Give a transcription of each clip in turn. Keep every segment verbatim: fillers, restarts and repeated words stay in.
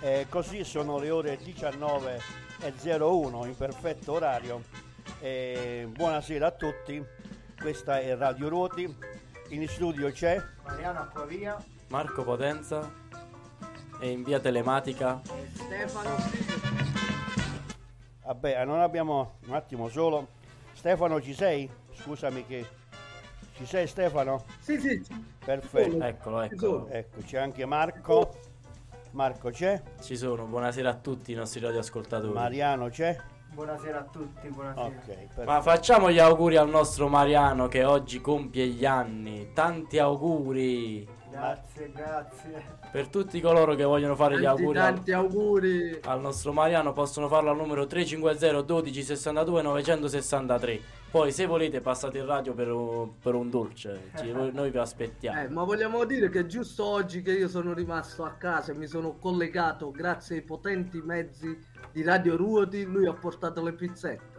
Eh, così sono le ore diciannove e zero uno in perfetto orario. Eh, buonasera a tutti, questa è Radio Ruoti, in studio c'è Mariano Acquavia, Marco Potenza e in via telematica Stefano. Vabbè, non abbiamo un attimo solo. Stefano, ci sei? Scusami che ci sei, Stefano? Sì, sì. Perfetto. Eccolo, eccolo. Ecco, c'è anche Marco. Marco c'è? Ci sono, buonasera a tutti i nostri radioascoltatori. Mariano c'è? Buonasera a tutti, buonasera. Ok, perfetto. Ma facciamo gli auguri al nostro Mariano che oggi compie gli anni. Tanti auguri. Grazie, grazie. Per tutti coloro che vogliono fare Tanti, gli auguri tanti al, auguri al nostro Mariano possono farlo al numero tre cinque zero dodici sessantadue novecentosessantatré. Poi se volete passate in radio per un, per un dolce. Ci- noi vi aspettiamo. eh, ma vogliamo dire che giusto oggi che io sono rimasto a casa e mi sono collegato grazie ai potenti mezzi di Radio Ruoti, lui ha portato le pizzette.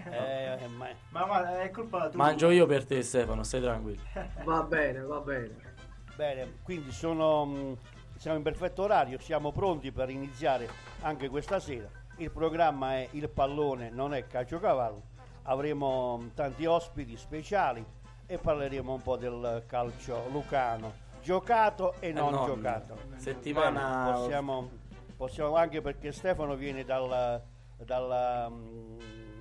Eh, ma- Ma, ma è colpa tua. Mangio io per te, Stefano, stai tranquillo. Va bene, va bene. Bene, quindi sono, mh, siamo in perfetto orario, siamo pronti per iniziare anche questa sera. Il programma è Il Pallone, non è calciocavallo. Avremo mh, tanti ospiti speciali e parleremo un po' del calcio lucano, giocato e non, non. giocato. Settimana- Bene, possiamo, possiamo anche perché Stefano viene dal, dal, mh,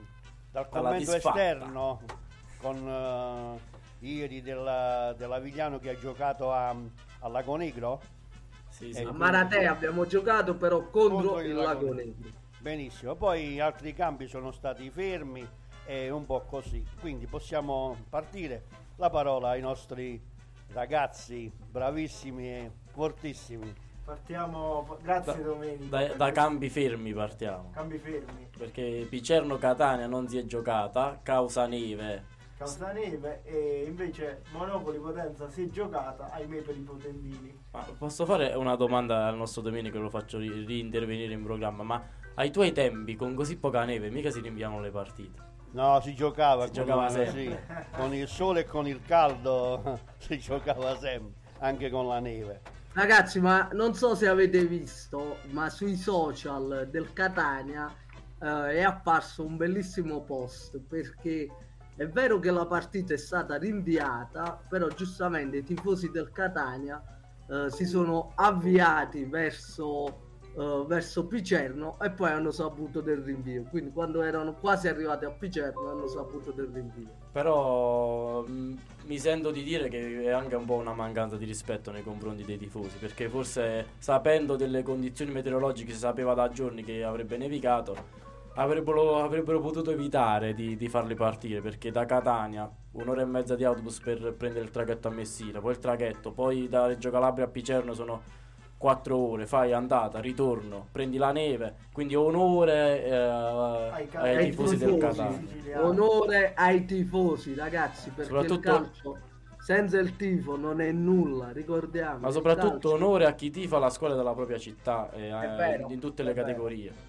dal Dalla commento disfatta. esterno con eh, ieri della, dell'Avigliano che ha giocato a, a Lago Negro. Sì, Eh, sì. A Maratea abbiamo giocato però contro, Contro il il Lago Lago Negro. Negro. Benissimo, poi altri campi sono stati fermi e un po' così, quindi possiamo partire. La parola ai nostri ragazzi bravissimi e fortissimi. Partiamo, grazie Da, Domenico. da, da cambi fermi partiamo. Cambi fermi. Perché Picerno-Catania non si è giocata, causa neve. Causa neve e invece Monopoli Potenza si è giocata, ahimè per i potentini. Ma posso fare una domanda al nostro Domenico, lo faccio ri- riintervenire in programma, ma ai tuoi tempi con così poca neve mica si rinviano le partite? No, si giocava, Si con, giocava sì, sempre. con il sole e con il caldo si giocava sempre, anche con la neve. Ragazzi, ma non so se avete visto, ma sui social del Catania eh, è apparso un bellissimo post, perché è vero che la partita è stata rinviata, però giustamente i tifosi del Catania eh, si sono avviati verso, eh, verso Picerno e poi hanno saputo del rinvio. Quindi quando erano quasi arrivati a Picerno hanno saputo del rinvio. Però mh, mi sento di dire che è anche un po' una mancanza di rispetto nei confronti dei tifosi, perché forse sapendo delle condizioni meteorologiche si sapeva da giorni che avrebbe nevicato, avrebbero, avrebbero potuto evitare di, di farli partire, perché da Catania un'ora e mezza di autobus per prendere il traghetto a Messina, poi il traghetto, poi da Reggio Calabria a Picerno sono quattro ore, fai andata, ritorno, prendi la neve, quindi onore eh, ai, ca- ai ai tifosi del tifosi. Catania. Onore ai tifosi, ragazzi, perché Soprattutto- il calcio senza il tifo non è nulla, ricordiamo. Ma il soprattutto calcio- onore a chi tifa la squadra della propria città eh, È vero, in tutte le è vero. categorie.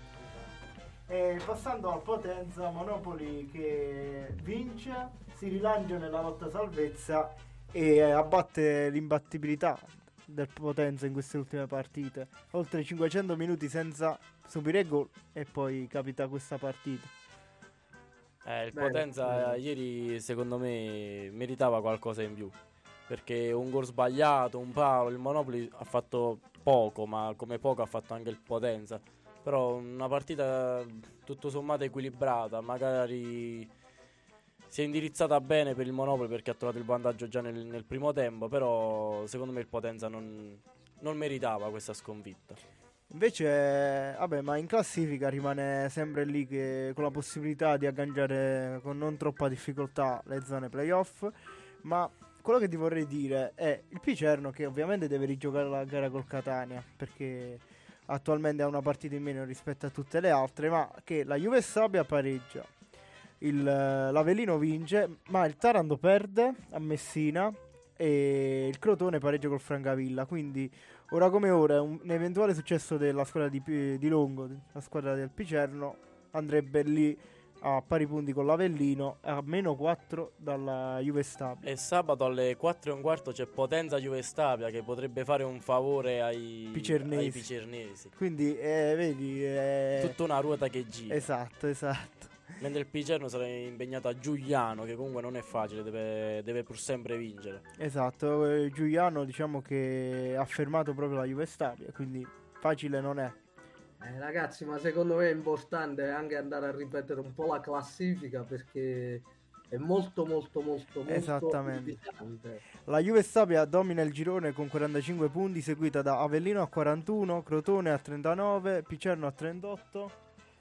E passando al Potenza, Monopoli che vince, si rilancia nella lotta salvezza e abbatte l'imbattibilità del Potenza in queste ultime partite. Oltre cinquecento minuti senza subire gol e poi capita questa partita. Eh, il Bene, Potenza bene. eh, ieri secondo me meritava qualcosa in più, perché un gol sbagliato, un palo, il Monopoli ha fatto poco, ma come poco ha fatto anche il Potenza. Però una partita tutto sommato equilibrata, magari si è indirizzata bene per il Monopoli perché ha trovato il vantaggio già nel, nel primo tempo, però secondo me il Potenza non, non meritava questa sconfitta. Invece, vabbè, ma in classifica rimane sempre lì che, con la possibilità di agganciare con non troppa difficoltà le zone playoff. Ma quello che ti vorrei dire è il Picerno che ovviamente deve rigiocare la gara col Catania perché attualmente ha una partita in meno rispetto a tutte le altre, ma che la Juve Stabia pareggia, il, l'Avellino vince, ma il Taranto perde a Messina e il Crotone pareggia col Francavilla. Quindi ora come ora un, un eventuale successo della squadra di, Pi- di Longo, la squadra del Picerno, andrebbe lì a pari punti con l'Avellino, a meno quattro dalla Juve Stabia. E sabato alle quattro e un quarto c'è Potenza Juve Stabia, che potrebbe fare un favore ai Picernesi. ai picernesi. Quindi eh, vedi, è Tutta una ruota che gira. Esatto, esatto. Mentre il Picerno sarà impegnato a Giuliano, che comunque non è facile, deve, deve pur sempre vincere. Esatto, eh, Giuliano diciamo che ha fermato proprio la Juve Stabia, quindi facile non è. Eh, ragazzi, ma secondo me è importante anche andare a ripetere un po' la classifica, perché è molto molto molto molto Esattamente. importante. La Juve Stabia domina il girone con quarantacinque punti, seguita da Avellino a quarantuno, Crotone a trentanove, Picerno a trentotto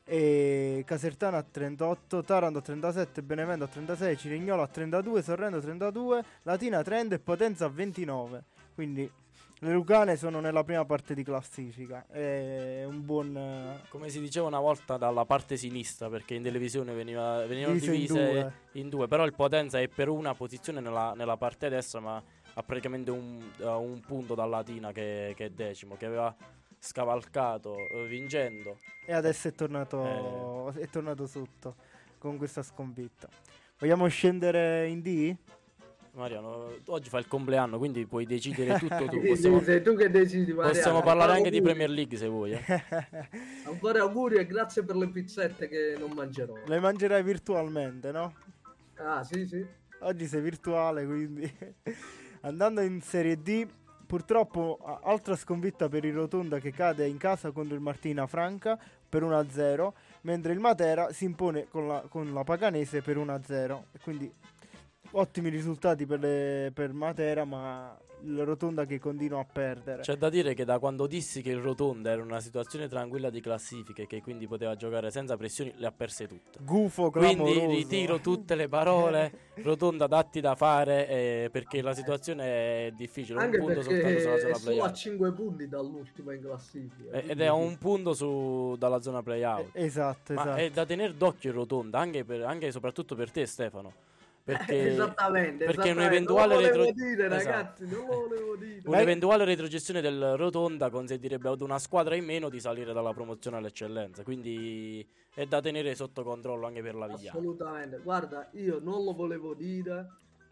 e Casertano a trentotto, Taranto a trentasette, Benevento a trentasei, Cirignolo a trentadue, Sorrento a trentadue, Latina a trenta e Potenza a ventinove. Quindi le Lucane sono nella prima parte di classifica. È un buon eh, Come si diceva una volta, dalla parte sinistra, perché in televisione veniva, venivano Divise in divise due. in due. Però il Potenza è per una posizione nella, nella parte destra, ma ha praticamente un, ha un punto dalla Latina che, che è decimo, che aveva scavalcato eh, vincendo. e adesso è tornato, è tornato sotto con questa sconfitta. Vogliamo scendere in D? Mariano, oggi fa il compleanno, quindi puoi decidere tutto tu. Sì, Possiamo, sei tu che decidi, Mariano. possiamo parlare Ancora anche di auguri. Premier League se vuoi. eh. Ancora auguri e grazie per le pizzette che non mangerò. Le mangerai virtualmente, no? Ah, sì, sì. Oggi sei virtuale, quindi andando in Serie D, purtroppo a- altra sconfitta per il Rotonda che cade in casa contro il Martina Franca per uno a zero, mentre il Matera si impone con la, con la Paganese per uno a zero. E quindi ottimi risultati per, le- per Matera, ma il Rotonda che continua a perdere. C'è da dire che da quando dissi che il Rotonda era una situazione tranquilla di classifica e che quindi poteva giocare senza pressioni, le ha perse tutte. Gufo clamoroso. Quindi ritiro tutte le parole. Rotonda, datti da fare, eh, perché la situazione è difficile. Un Anche punto soltanto perché sulla è zona solo a playout. cinque punti dall'ultima in classifica. Eh, Ed quindi- è a un punto su, dalla zona playout. Eh, Esatto, Ma esatto. è da tenere d'occhio il Rotonda, anche, per, anche e soprattutto per te, Stefano. Perché, esattamente, perché esattamente. un'eventuale non lo volevo retro- dire, Esatto. ragazzi, non lo volevo dire. Un'eventuale retrocessione del Rotonda consentirebbe ad una squadra in meno di salire dalla promozione all'eccellenza. Quindi è da tenere sotto controllo anche per la Vigliana. Assolutamente. Guarda, io non lo volevo dire,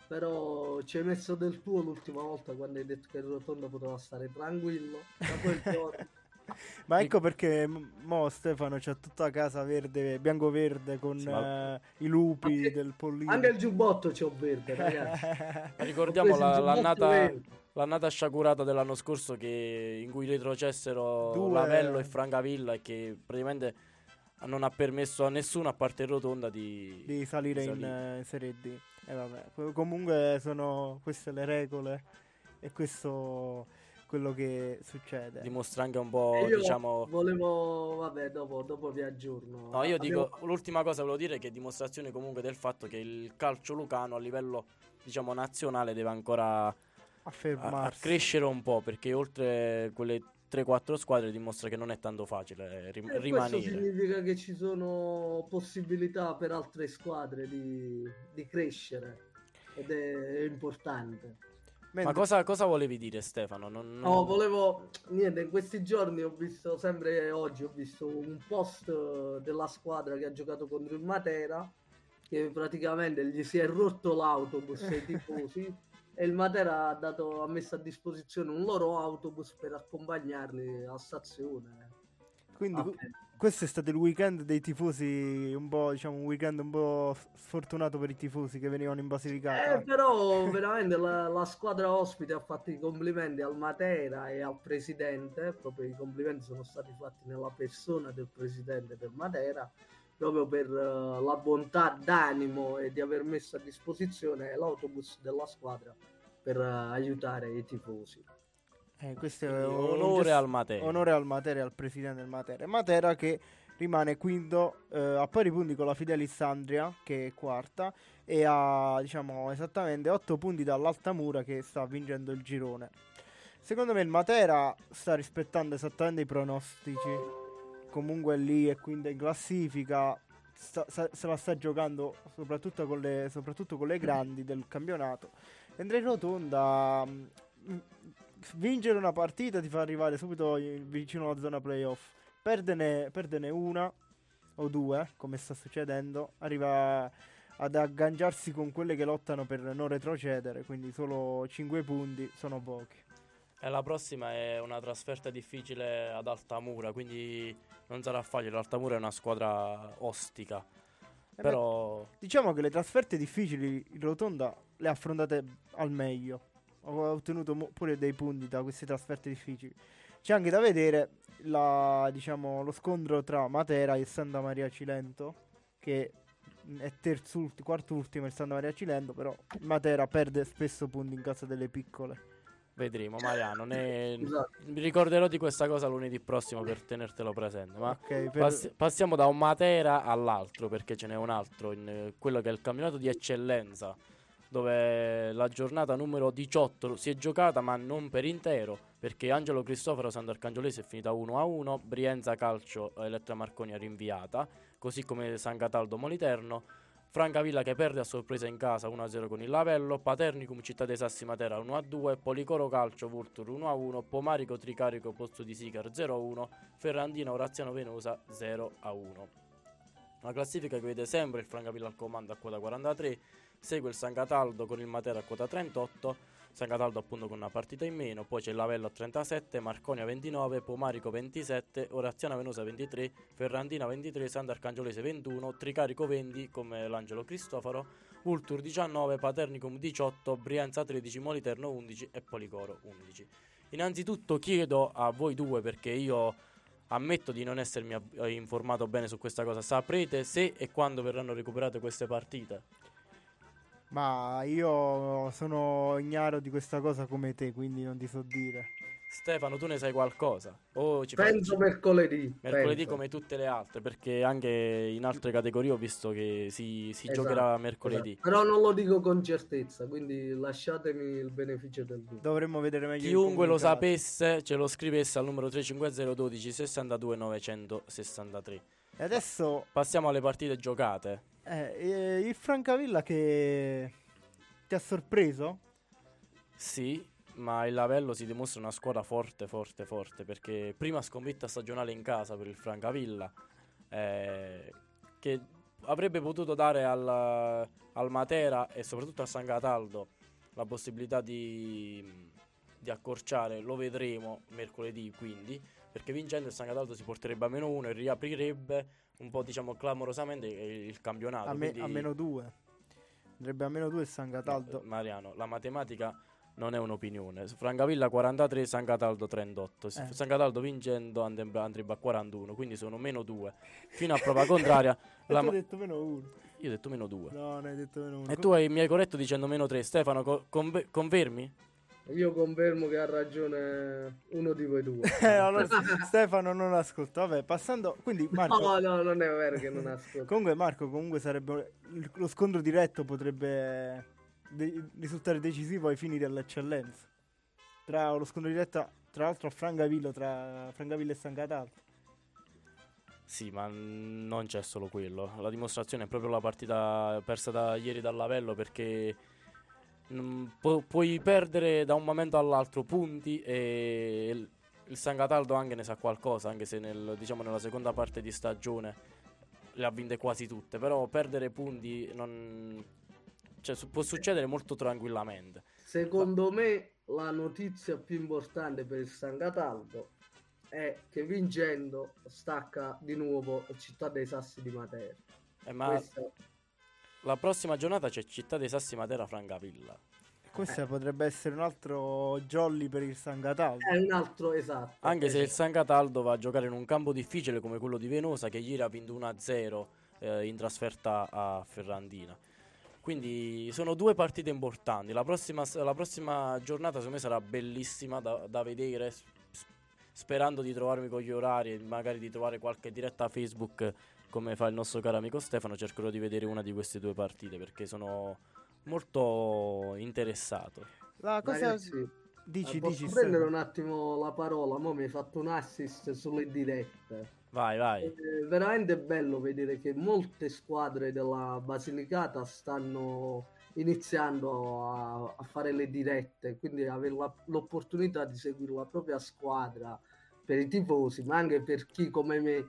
però ci hai messo del tuo l'ultima volta quando hai detto che il Rotonda poteva stare tranquillo. Da quel giorno. Ma ecco perché m- mo Stefano c'ha tutta casa verde, bianco-verde con Sì, ma- eh, i lupi Anche- del pollino. Anche il giubbotto c'ho verde, ragazzi. Ricordiamo Ho preso la- il giubbotto l'annata, verde. l'annata sciagurata dell'anno scorso che, in cui retrocessero Due- Lavello e Francavilla e che praticamente non ha permesso a nessuno, a parte il Rotonda, di, di salire di in, salire. eh, Serie D. E vabbè, co- comunque sono queste le regole e questo quello che succede. Dimostra anche un po', E io diciamo... volevo, vabbè, dopo, dopo vi aggiorno. No, io Abbiamo- dico, l'ultima cosa volevo dire che è dimostrazione comunque del fatto che il calcio lucano a livello, diciamo, nazionale deve ancora a, a Affermarsi. crescere un po', perché oltre quelle tre quattro squadre dimostra che non è tanto facile rim- E questo rimanere. significa che ci sono possibilità per altre squadre di, di crescere ed è importante. Ma Mentre- cosa, cosa volevi dire, Stefano? Non, non- No, volevo niente, in questi giorni ho visto, sempre oggi ho visto un post eh, della squadra che ha giocato contro il Matera, che praticamente gli si è rotto l'autobus ai tifosi e il Matera ha, dato, ha messo a disposizione un loro autobus per accompagnarli a stazione. Quindi Ah, que- questo è stato il weekend dei tifosi, un po', diciamo, un weekend un po' s- sfortunato per i tifosi che venivano in Basilicata. Eh, però veramente la, la squadra ospite ha fatto i complimenti al Matera e al presidente, proprio i complimenti sono stati fatti nella persona del presidente del Matera, proprio per eh, la bontà d'animo e di aver messo a disposizione l'autobus della squadra per eh, aiutare i tifosi. Eh, questo è Quindi un onore gest- al Matera. onore al Matera e al presidente del Matera. Matera che rimane quinto eh, a pari punti con la Fidelis Andria che è quarta e ha diciamo esattamente otto punti dall'Altamura che sta vincendo il girone. Secondo me il Matera sta rispettando esattamente i pronostici. Comunque lì è quinta in classifica. sta- sa- se la sta giocando soprattutto con le, soprattutto con le grandi del campionato. Mentre il Rotonda mh, mh, vincere una partita ti fa arrivare subito in- vicino alla zona playoff. Perdene, perdene una o due, come sta succedendo, arriva ad agganciarsi con quelle che lottano per non retrocedere, quindi solo cinque punti sono pochi. E la prossima è una trasferta difficile ad Altamura, quindi non sarà facile. Altamura è una squadra ostica. Eh Però beh, diciamo che le trasferte difficili in Rotonda le ha affrontate al meglio. Ho ottenuto mo- pure dei punti da queste trasferte difficili. C'è anche da vedere la, diciamo, lo scontro tra Matera e Santa Maria Cilento, che è terzultimo, quarto ultimo il Santa Maria Cilento, però Matera perde spesso punti in casa delle piccole. vedremo, Mariano. Ne... Esatto. Mi ricorderò di questa cosa lunedì prossimo per tenertelo presente. Ma Ok, per- passi- passiamo da un Matera all'altro, perché ce n'è un altro, in eh, quello che è il campionato di eccellenza, dove la giornata numero diciotto si è giocata, ma non per intero, perché Angelo Cristoforo Sant'Arcangiolese è finita uno a uno, Brienza Calcio Elettra Marconi rinviata, così come San Cataldo Moliterno, Francavilla che perde a sorpresa in casa uno a zero con il Lavello, Paternicum Città dei Sassi Matera uno a due, Policoro Calcio Vultur uno a uno, Pomarico Tricarico Posto di Sicar zero a uno, Ferrandina Oraziano Venosa zero a uno. La classifica che vede sempre il Francavilla al comando a quota quarantatré, segue il San Cataldo con il Matera a quota trentotto, San Cataldo appunto con una partita in meno, poi c'è il Lavello a trentasette, Marconia ventinove, Pomarico ventisette, Oraziano Venosa ventitré, Ferrandina ventitré, Sant'Arcangiolese ventuno, Tricarico venti come l'Angelo Cristoforo, Vultur diciannove, Paternicum diciotto, Brienza tredici, Moliterno undici e Policoro undici. Innanzitutto chiedo a voi due, perché io ammetto di non essermi ab- informato bene su questa cosa, saprete se e quando verranno recuperate queste partite? Ma io sono ignaro di questa cosa come te, quindi non ti so dire. Stefano, tu ne sai qualcosa? O ci Penso facci- mercoledì. mercoledì penso. come tutte le altre, perché anche in altre categorie ho visto che si, si Esatto, giocherà mercoledì. esatto. Però non lo dico con certezza, quindi lasciatemi il beneficio del dubbio. Dovremmo vedere meglio il Chiunque lo comunicato. sapesse ce lo scrivesse al numero tre cinque zero uno due sessantadue novecentosessantatré. E adesso Passiamo alle partite giocate. eh, eh, il Francavilla che ti ha sorpreso? Sì, ma il Lavello si dimostra una squadra forte, forte, forte, perché prima sconfitta stagionale in casa per il Francavilla, eh, che avrebbe potuto dare al, al Matera e soprattutto a San Cataldo la possibilità di, di accorciare, lo vedremo mercoledì quindi, perché vincendo il San Cataldo si porterebbe a meno uno e riaprirebbe un po', diciamo, clamorosamente il, il campionato. A, me- quindi- a meno due. Andrebbe a meno due il San Cataldo. No, Mariano, la matematica non è un'opinione. Francavilla quarantatré, San Cataldo trentotto. Se Eh. San Cataldo vincendo andrebbe, andrebbe a quarantuno, quindi sono meno due. Fino a prova contraria, E la tu ma- hai detto meno uno. io ho detto meno due. No, non hai detto meno uno. E tu hai- mi hai corretto dicendo meno tre. Stefano, co- conve- confermi? Io confermo che ha ragione uno di voi due. Eh, allora, Stefano non ascolta. Vabbè, passando. Quindi Marco. No, no, non è vero che non ascolta. Comunque Marco, comunque sarebbe il- lo scontro diretto potrebbe de- risultare decisivo ai fini dell'eccellenza. Tra lo scontro diretto, tra l'altro a Francavilla, tra Francavilla e San Cataldo. Sì, ma n- non c'è solo quello. La dimostrazione è proprio la partita persa da ieri dal Lavello, perché mm, pu- puoi perdere da un momento all'altro punti e il, il San Cataldo anche ne sa qualcosa, anche se nel, diciamo, nella seconda parte di stagione le ha vinte quasi tutte, però perdere punti non, cioè, su- può succedere molto tranquillamente. Secondo me la notizia più importante per il San Cataldo è che vincendo stacca di nuovo Città dei Sassi di Matera. Eh, ma Questa- la prossima giornata c'è Città dei Sassi Matera Francavilla. Questo potrebbe essere un altro jolly per il San Cataldo. è un altro esatto. Anche se il esatto. San Cataldo va a giocare in un campo difficile come quello di Venosa, che ieri ha vinto uno a zero eh, in trasferta a Ferrandina. Quindi sono due partite importanti. La prossima, la prossima giornata secondo me sarà bellissima da, da vedere, s- sperando di trovarmi con gli orari e magari di trovare qualche diretta Facebook come fa il nostro caro amico Stefano. Cercherò di vedere una di queste due partite perché sono molto interessato. La cosa Ragazzi, dici, eh, posso dici prendere Stefano? un attimo la parola? Mo' mi hai fatto un assist sulle dirette. Vai, vai. È veramente bello vedere che molte squadre della Basilicata stanno iniziando a, a fare le dirette, quindi avere la- l'opportunità di seguire la propria squadra per i tifosi, ma anche per chi come me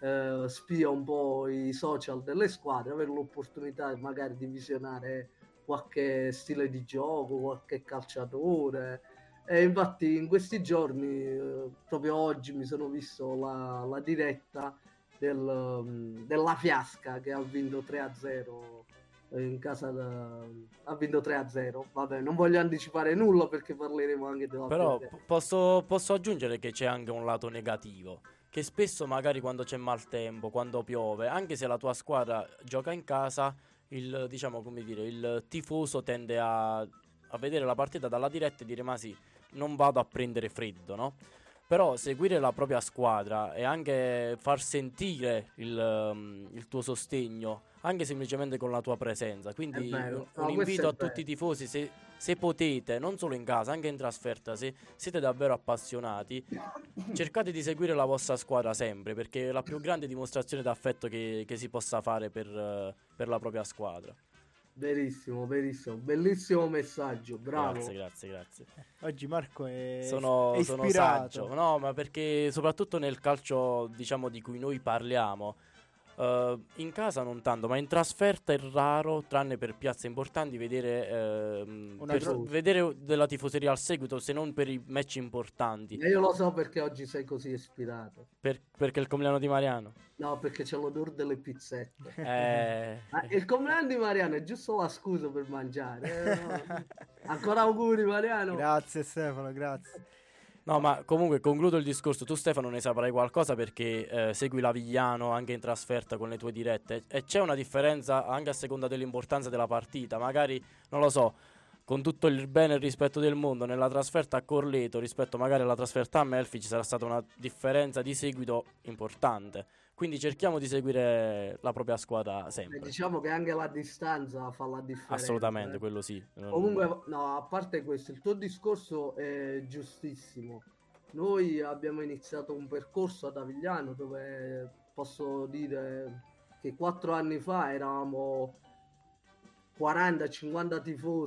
eh, spia un po' i social delle squadre, avere l'opportunità magari di visionare qualche stile di gioco, qualche calciatore. E infatti in questi giorni, eh, proprio oggi, mi sono visto la, la diretta del, um, della Fiasca che ha vinto tre a zero in casa da... ha vinto tre a zero. Vabbè, non voglio anticipare nulla perché parleremo anche della Però Fiasca. p- posso, posso aggiungere che c'è anche un lato negativo, che spesso magari quando c'è maltempo, quando piove, anche se la tua squadra gioca in casa, il, diciamo, come dire, il tifoso tende a, a vedere la partita dalla diretta e dire ma sì, non vado a prendere freddo, no? Però seguire la propria squadra e anche far sentire il, um, il tuo sostegno, anche semplicemente con la tua presenza. Quindi È vero. un, No, un questo invito è a tutti vero. i tifosi, se, se potete, non solo in casa, anche in trasferta, se siete davvero appassionati, cercate di seguire la vostra squadra sempre, perché è la più grande dimostrazione d'affetto che, che si possa fare per, eh, per la propria squadra. Verissimo, verissimo, bellissimo messaggio, bravo. Grazie, grazie, grazie. Oggi Marco è, Sono, è sono ispirato. saggio, no, ma perché soprattutto nel calcio, diciamo, di cui noi parliamo, eh, in casa non tanto, ma in trasferta è raro, tranne per piazze importanti, vedere, ehm, Una per- gro- vedere della tifoseria al seguito, se non per i match importanti, E io lo so perché oggi sei così ispirato. per- perché è il compleanno di Mariano. No, perché c'è l'odore delle pizzette. Eh, Ma il compleanno di Mariano è giusto la scusa per mangiare. eh, no? Ancora auguri Mariano. Grazie Stefano, grazie. No, ma comunque concludo il discorso. Tu Stefano ne saprai qualcosa perché eh, segui l'Avigliano anche in trasferta con le tue dirette e c'è una differenza anche a seconda dell'importanza della partita. Magari, non lo so, con tutto il bene e il rispetto del mondo, nella trasferta a Corleto rispetto magari alla trasferta a Melfi ci sarà stata una differenza di seguito importante. Quindi cerchiamo di seguire la propria squadra Eh, sempre. Diciamo che anche la distanza fa la differenza. Assolutamente, eh. quello sì. Non- Comunque, no, a parte questo, il tuo discorso è giustissimo. Noi abbiamo iniziato un percorso ad Avigliano dove posso dire che quattro anni fa eravamo quaranta cinquanta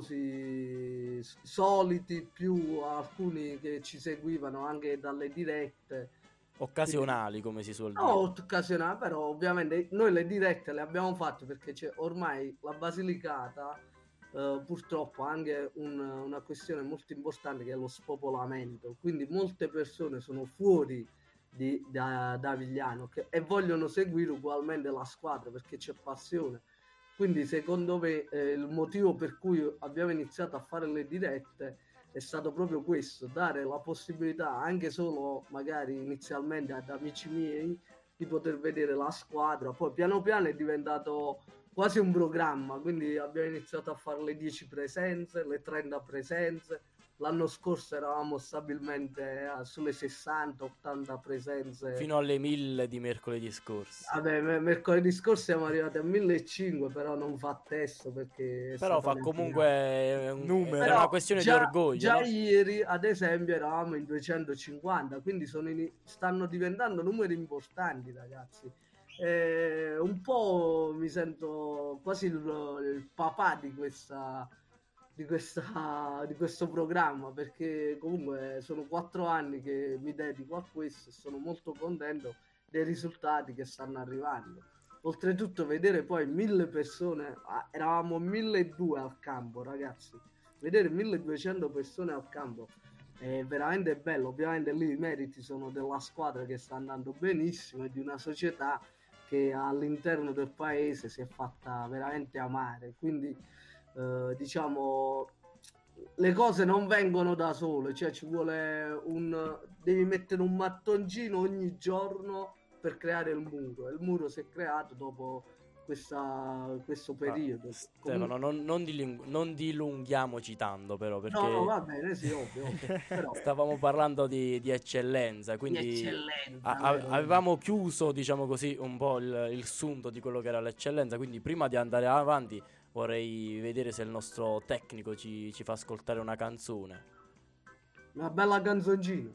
tifosi s- soliti, più alcuni che ci seguivano anche dalle dirette. occasionali, come si suol dire. No, occasionale, però ovviamente noi le dirette le abbiamo fatte perché c'è ormai la Basilicata, eh, purtroppo ha anche un- una questione molto importante che è lo spopolamento, quindi molte persone sono fuori di, da, da Avigliano che, e vogliono seguire ugualmente la squadra perché c'è passione. Quindi secondo me eh, il motivo per cui abbiamo iniziato a fare le dirette è stato proprio questo, dare la possibilità anche solo magari inizialmente ad amici miei di poter vedere la squadra, poi piano piano è diventato quasi un programma, quindi abbiamo iniziato a fare le dieci presenze, le trenta presenze, l'anno scorso eravamo stabilmente eh, sulle sessanta ottanta presenze. Fino alle mille di mercoledì scorso. Vabbè, me- mercoledì scorso siamo arrivati a millecinquecento, però non fa testo perché è Però stata fa una comunque è un- Numero. è Però una questione già, di orgoglio, già no? ieri, ad esempio, eravamo in duecentocinquanta, quindi sono in- stanno diventando numeri importanti, ragazzi. Eh, un po' mi sento quasi il, il papà di questa, di questa di questo programma, perché comunque sono quattro anni che mi dedico a questo e sono molto contento dei risultati che stanno arrivando. Oltretutto vedere poi mille persone, ah, eravamo milleduecento al campo, ragazzi, vedere milleduecento persone al campo è veramente bello. Ovviamente lì i meriti sono della squadra che sta andando benissimo e di una società che all'interno del paese si è fatta veramente amare, quindi eh, diciamo le cose non vengono da sole, cioè ci vuole un devi mettere un mattoncino ogni giorno per creare il muro. Il muro si è creato dopo questa, questo periodo. Ah, Stefano, non, non, dilung- non dilunghiamoci tanto però, perché No, no, va bene, sì, ovvio, ovvio. Però stavamo parlando di, di eccellenza, di quindi eccellenza, a- a- vero? avevamo chiuso, diciamo così, un po' il, il sunto di quello che era l'eccellenza, quindi prima di andare avanti vorrei vedere se il nostro tecnico ci, ci fa ascoltare una canzone. Una bella canzoncina.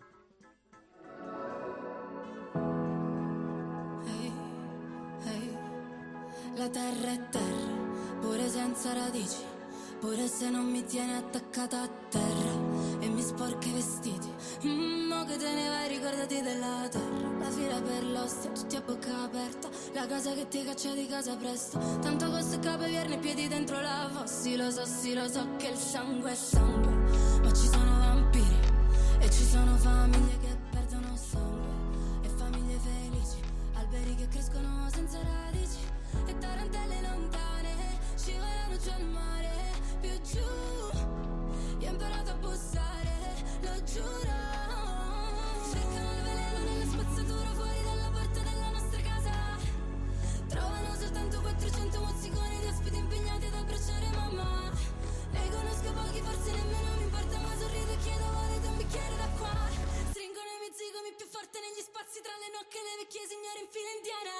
Ehi, ehi, la terra è terra, pure senza radici, pure se non mi tiene attaccata a terra e mi sporca i vestiti, Mm, mo che te ne vai ricordati della terra. La fila per l'oste, tutti a bocca aperta. La casa che ti caccia di casa presto. Tanto questo capo vierne piedi dentro la fossa. Sì lo so, sì lo so che il sangue è sangue. Ma ci sono vampiri e ci sono famiglie che perdono sangue. E famiglie felici, alberi che crescono senza radici. E tarantelle lontane, scivolano giù al mare. Più giù, io ho imparato a bussare, lo giuro. Cercano il veleno nella spazzatura fuori dalla porta della nostra casa. Trovano soltanto quattrocento mozziconi di ospiti impegnati ad abbracciare mamma. Ne conosco pochi, forse nemmeno mi importa, ma sorrido e chiedo volete un bicchiere d'acqua. Stringono i miei zigomi più forte negli spazi tra le nocche e le vecchie signore in fila indiana.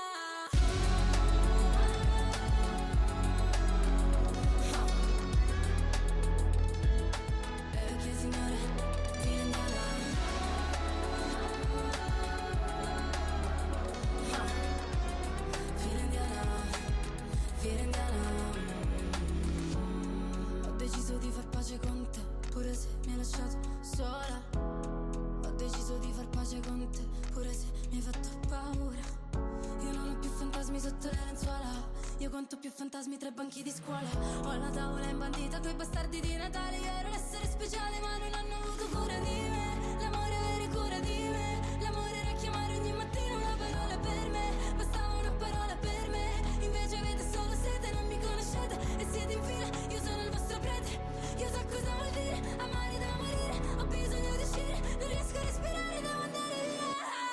Con te, pure se mi hai lasciato sola. Ho deciso di far pace con te, pure se mi hai fatto paura. Io non ho più fantasmi sotto le lenzuola. Io conto più fantasmi tra i banchi di scuola. Ho la tavola imbandita coi bastardi di Natale. Io ero l'essere speciale ma non hanno avuto cura di me. L'amore avere cura di me. L'amore era chiamare ogni mattina una parola per me. Bastava una parola per me. Invece avete solo sete, non mi conoscete e siete in fila. Io sono il vostro prete. Io so cosa vuol dire amare da morire. Ho bisogno di uscire, non riesco a respirare, devo andare via.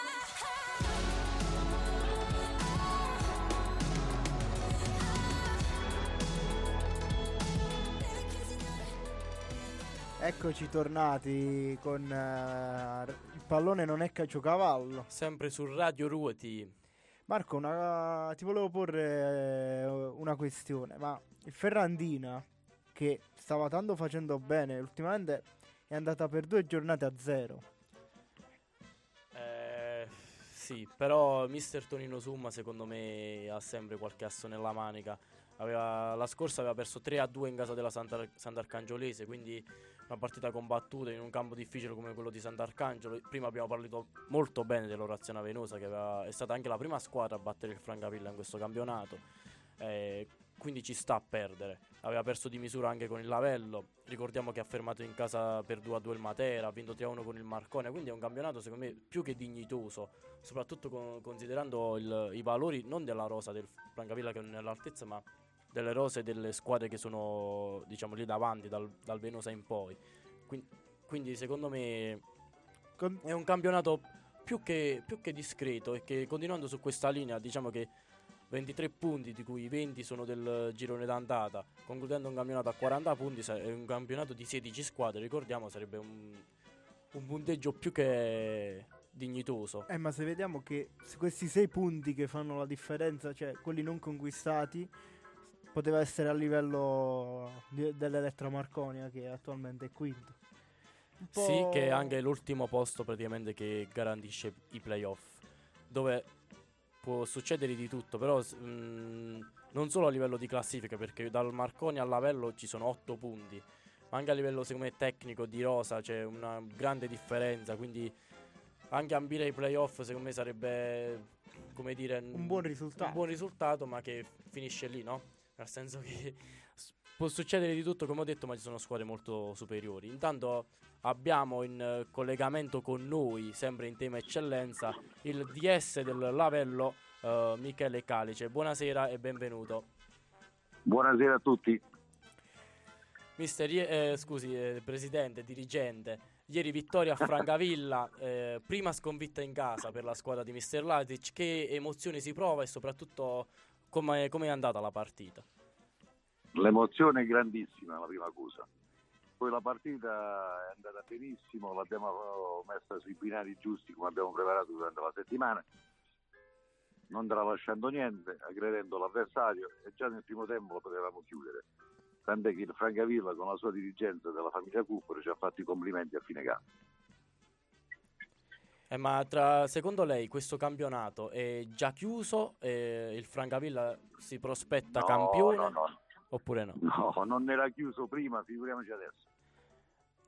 Eccoci tornati con uh, il pallone non è calciocavallo. Sempre su Radio Ruoti. Marco, una, ti volevo porre uh, una questione, ma il Ferrandina, che stava tanto facendo bene, ultimamente è andata per due giornate a zero. Eh, sì, però mister Tonino Summa secondo me ha sempre qualche asso nella manica. Aveva, la scorsa aveva perso tre a due in casa della Santa, Sant'Arcangiolese, quindi una partita combattuta in un campo difficile come quello di Sant'Arcangelo. Prima abbiamo parlato molto bene dell'Orazione Venosa, che aveva, è stata anche la prima squadra a battere il Francavilla in questo campionato, eh, quindi ci sta a perdere. Aveva perso di misura anche con il Lavello, ricordiamo che ha fermato in casa per due a due il Matera, ha vinto tre a uno con il Marcone, quindi è un campionato secondo me più che dignitoso, soprattutto con, considerando il, i valori non della rosa del Francavilla che non è all'altezza, ma delle rose delle squadre che sono, diciamo, lì davanti dal, dal Venosa in poi. Quindi, quindi secondo me Con- è un campionato più che, più che discreto, e che continuando su questa linea, diciamo che ventitré punti di cui venti sono del girone d'andata, concludendo un campionato a quaranta punti, è un campionato di sedici squadre, ricordiamo, sarebbe un, un punteggio più che dignitoso. Eh, ma se vediamo che su questi sei punti che fanno la differenza, cioè quelli non conquistati, poteva essere a livello di, dell'Elettra Marconia, che attualmente è quinto. Un po'... Sì, che è anche l'ultimo posto praticamente che garantisce i playoff, dove può succedere di tutto, però mh, non solo a livello di classifica, perché dal Marconi al Lavello ci sono otto punti, ma anche a livello secondo me tecnico di rosa c'è una grande differenza, quindi anche ambire ai playoff secondo me sarebbe, come dire, un buon risultato. Un buon risultato, ma che finisce lì, no? Nel senso che può succedere di tutto, come ho detto, ma ci sono squadre molto superiori. Intanto abbiamo in uh, collegamento con noi, sempre in tema eccellenza, il D S del Lavello, uh, Michele Calice. Buonasera e benvenuto. Buonasera a tutti. Mister, eh, scusi, eh, presidente, dirigente, ieri vittoria a Francavilla, eh, prima sconfitta in casa per la squadra di mister Latic. Che emozione si prova e soprattutto come è andata la partita? L'emozione è grandissima, la prima cosa. Poi la partita è andata benissimo, l'abbiamo messa sui binari giusti come abbiamo preparato durante la settimana, non tralasciando niente, aggredendo l'avversario, e già nel primo tempo lo potevamo chiudere. Tant'è che il Francavilla, con la sua dirigenza della famiglia Cuppore, ci ha fatto i complimenti a fine gara. Eh, ma tra, secondo lei questo campionato è già chiuso? Eh, il Francavilla si prospetta no, campione? No, no. Oppure no? No, non era chiuso prima, figuriamoci adesso.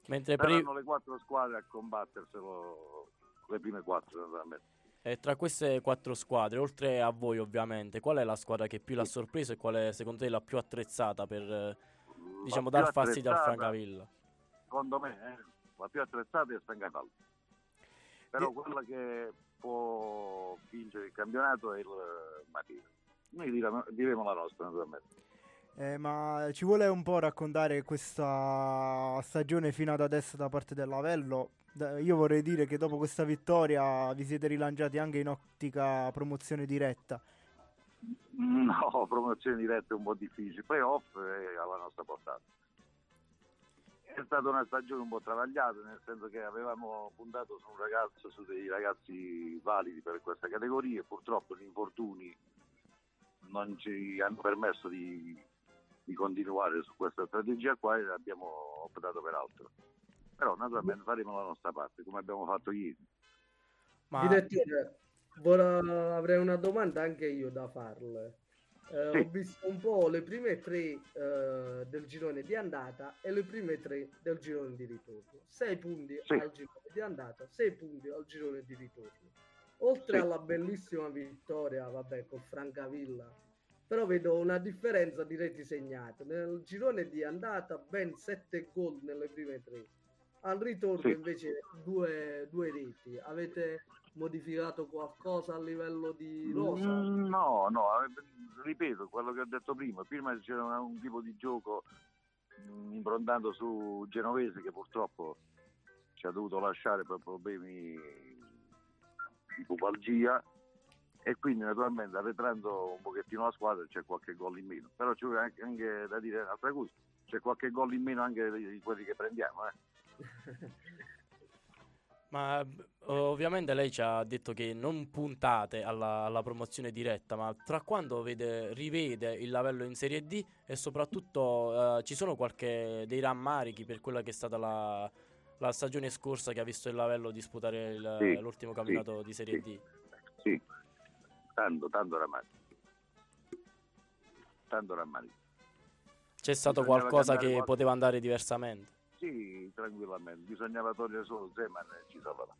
Mentre per Saranno i- le quattro squadre a combatterselo, le prime quattro naturalmente. eh, tra queste quattro squadre, oltre a voi ovviamente, qual è la squadra che più l'ha sorpreso e qual è secondo te la più attrezzata per eh, diciamo La più dar fastidio al attrezzata, Francavilla? secondo me, eh, la più attrezzata è San Cataldo. Però Di- quella che può vincere il campionato è il Matera. Noi diremo, diremo la nostra naturalmente. Eh, ma ci vuole un po' raccontare questa stagione fino ad adesso da parte dell'Avello? Da- Io vorrei dire che dopo questa vittoria vi siete rilanciati anche in ottica promozione diretta. No, promozione diretta è un po' difficile, playoff è alla nostra portata. È stata una stagione un po' travagliata, nel senso che avevamo puntato su un ragazzo, su dei ragazzi validi per questa categoria e purtroppo gli infortuni non ci hanno permesso di, di continuare su questa strategia qua e abbiamo optato per altro. Però naturalmente faremo la nostra parte, come abbiamo fatto ieri. Ma Direttore, vorrei- avrei una domanda anche io da farle. Eh, Sì. Ho visto un po' le prime tre eh, del girone di andata e le prime tre del girone di ritorno. Sei punti Sì. al girone di andata, sei punti al girone di ritorno. Oltre Sì. alla bellissima vittoria, vabbè, con Francavilla, però vedo una differenza di reti segnate. Nel girone di andata ben sette gol nelle prime tre. Al ritorno Sì. invece due, due reti. Avete modificato qualcosa a livello di rosa? Mm, No, no, eh, ripeto quello che ho detto prima. Prima c'era una- un tipo di gioco mm, improntato su Genovese che purtroppo ci ha dovuto lasciare per problemi di pubalgia e quindi naturalmente arretrando un pochettino la squadra c'è qualche gol in meno. Però c'è anche, anche da dire un'altra cosa, c'è qualche gol in meno anche di, di quelli che prendiamo. Eh. Ma b- ovviamente lei ci ha detto che non puntate alla, alla promozione diretta, ma tra quando vede, rivede il Lavello in Serie D e soprattutto eh, ci sono qualche dei rammarichi per quella che è stata la, la stagione scorsa che ha visto il Lavello disputare il- Sì, l'ultimo campionato sì, di Serie sì. D? Sì, tanto, tanto rammarico. Tanto rammarico. C'è stato Bisognava qualcosa cambiare che qualche- poteva andare diversamente? Sì, tranquillamente. Bisognava togliere solo Zeman e ci salva.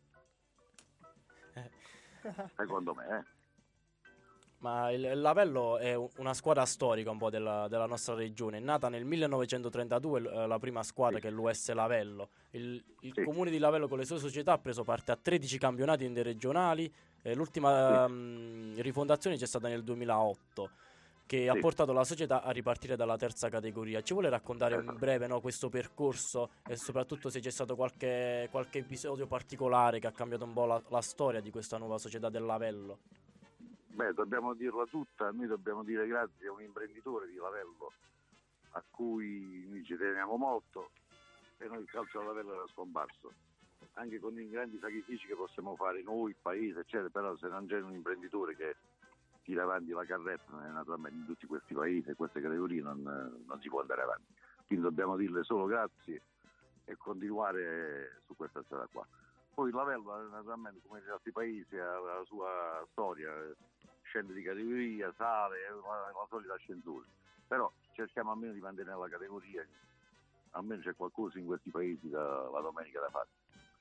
Secondo me, eh. Ma il, il Lavello è u- una squadra storica un po' della, della nostra regione, è nata nel millenovecentotrentadue l- eh, la prima squadra Sì. che è l'U S Lavello. Il, il Sì. comune di Lavello con le sue società ha preso parte a tredici campionati interregionali e l'ultima Sì. mh, rifondazione c'è stata nel duemilaotto che ha Sì. portato la società a ripartire dalla terza categoria. Ci vuole raccontare in Esatto. breve, no, questo percorso e soprattutto se c'è stato qualche, qualche episodio particolare che ha cambiato un po' la, la storia di questa nuova società del Lavello? Beh, dobbiamo dirla tutta, noi dobbiamo dire grazie a un imprenditore di Lavello a cui noi ci teniamo molto e noi il calcio a Lavello era scomparso. Anche con i grandi sacrifici che possiamo fare noi, il paese, eccetera, però se non c'è un imprenditore che tira avanti la carretta, eh, naturalmente in tutti questi paesi e queste categorie non, non si può andare avanti. Quindi dobbiamo dirle solo grazie e continuare su questa strada qua. Poi il Lavello, naturalmente, come negli altri paesi, ha la sua storia, eh, scende di categoria, sale, è la, la solita ascensore. Però cerchiamo almeno di mantenere la categoria, almeno c'è qualcosa in questi paesi da, la domenica da fare.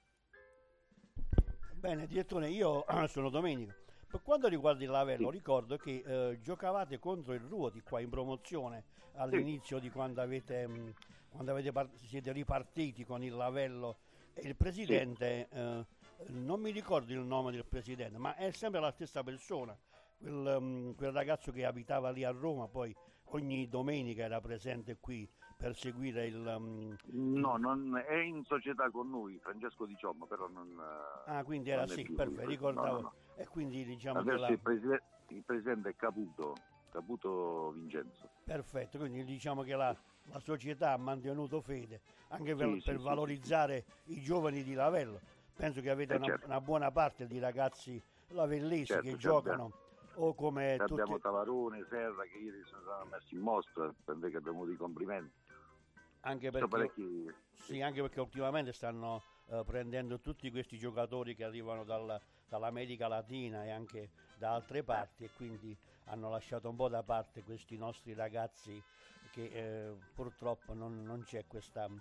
Bene, direttore, io sono Domenico. Per quanto riguarda il Lavello, Sì. ricordo che eh, giocavate contro il Ruoti qua in promozione all'inizio di quando avete, mh, quando avete part- siete ripartiti con il Lavello e il presidente, eh, non mi ricordo il nome del presidente, ma è sempre la stessa persona, quel, mh, quel ragazzo che abitava lì a Roma, poi ogni domenica era presente qui per seguire il... mh, No, non, è in società con noi, Francesco Di Ciommo, però non... eh, Ah, quindi era non è sì, più perfetto, lui. ricordavo. No, no, no. E quindi diciamo che Adesso la... il, preside- il presidente è Caputo, Caputo Vincenzo. Perfetto, quindi diciamo che la, la società ha mantenuto fede anche per, Sì, sì, per sì, valorizzare i giovani di Lavello. Penso che avete Eh, una, certo. una buona parte di ragazzi lavellesi Certo, che ci giocano o come Abbiamo tutti, Tavarone, Serra che ieri si sono messi in mostra, per che abbiamo avuto i complimenti. anche Sono perché, parecchi... sì, anche perché ultimamente stanno eh, prendendo tutti questi giocatori che arrivano dal- dall'America Latina e anche da altre parti e quindi hanno lasciato un po' da parte questi nostri ragazzi che eh, purtroppo non, non c'è questa,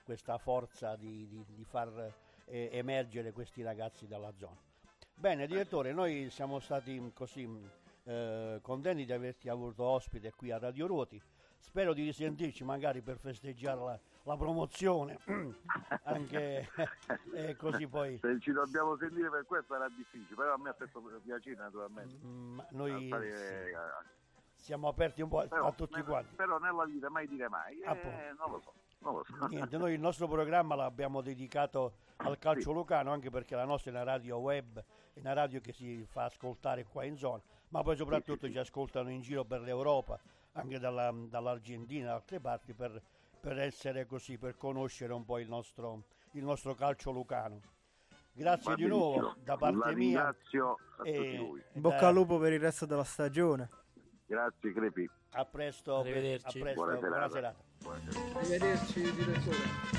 questa forza di, di, di far eh, emergere questi ragazzi dalla zona. Bene direttore, noi siamo stati così eh, contenti di averti avuto ospite qui a Radio Ruoti. Spero di risentirci magari per festeggiare la, la promozione, anche eh, così poi. Se ci dobbiamo sentire per questo sarà difficile, però a me ha fatto piacere naturalmente. Mm, noi fare, sì, eh, siamo aperti un po' però, a tutti nella, quanti. Però nella vita mai dire mai, eh, non lo so. Non lo so. Niente, noi il nostro programma l'abbiamo dedicato al calcio Sì. lucano, anche perché la nostra è una radio web, è una radio che si fa ascoltare qua in zona, ma poi soprattutto Sì, sì, ci ascoltano in giro per l'Europa, anche dalla, dall'Argentina, da altre parti, per, per essere così, per conoscere un po' il nostro, il nostro calcio lucano. Grazie Va di nuovo benissimo. da parte La mia. ringrazio a e- tutti voi. In bocca al lupo per il resto della stagione. Grazie Crepi. A presto, Arrivederci. a presto, Buona buona serata. serata. Buonasera. Arrivederci direttore.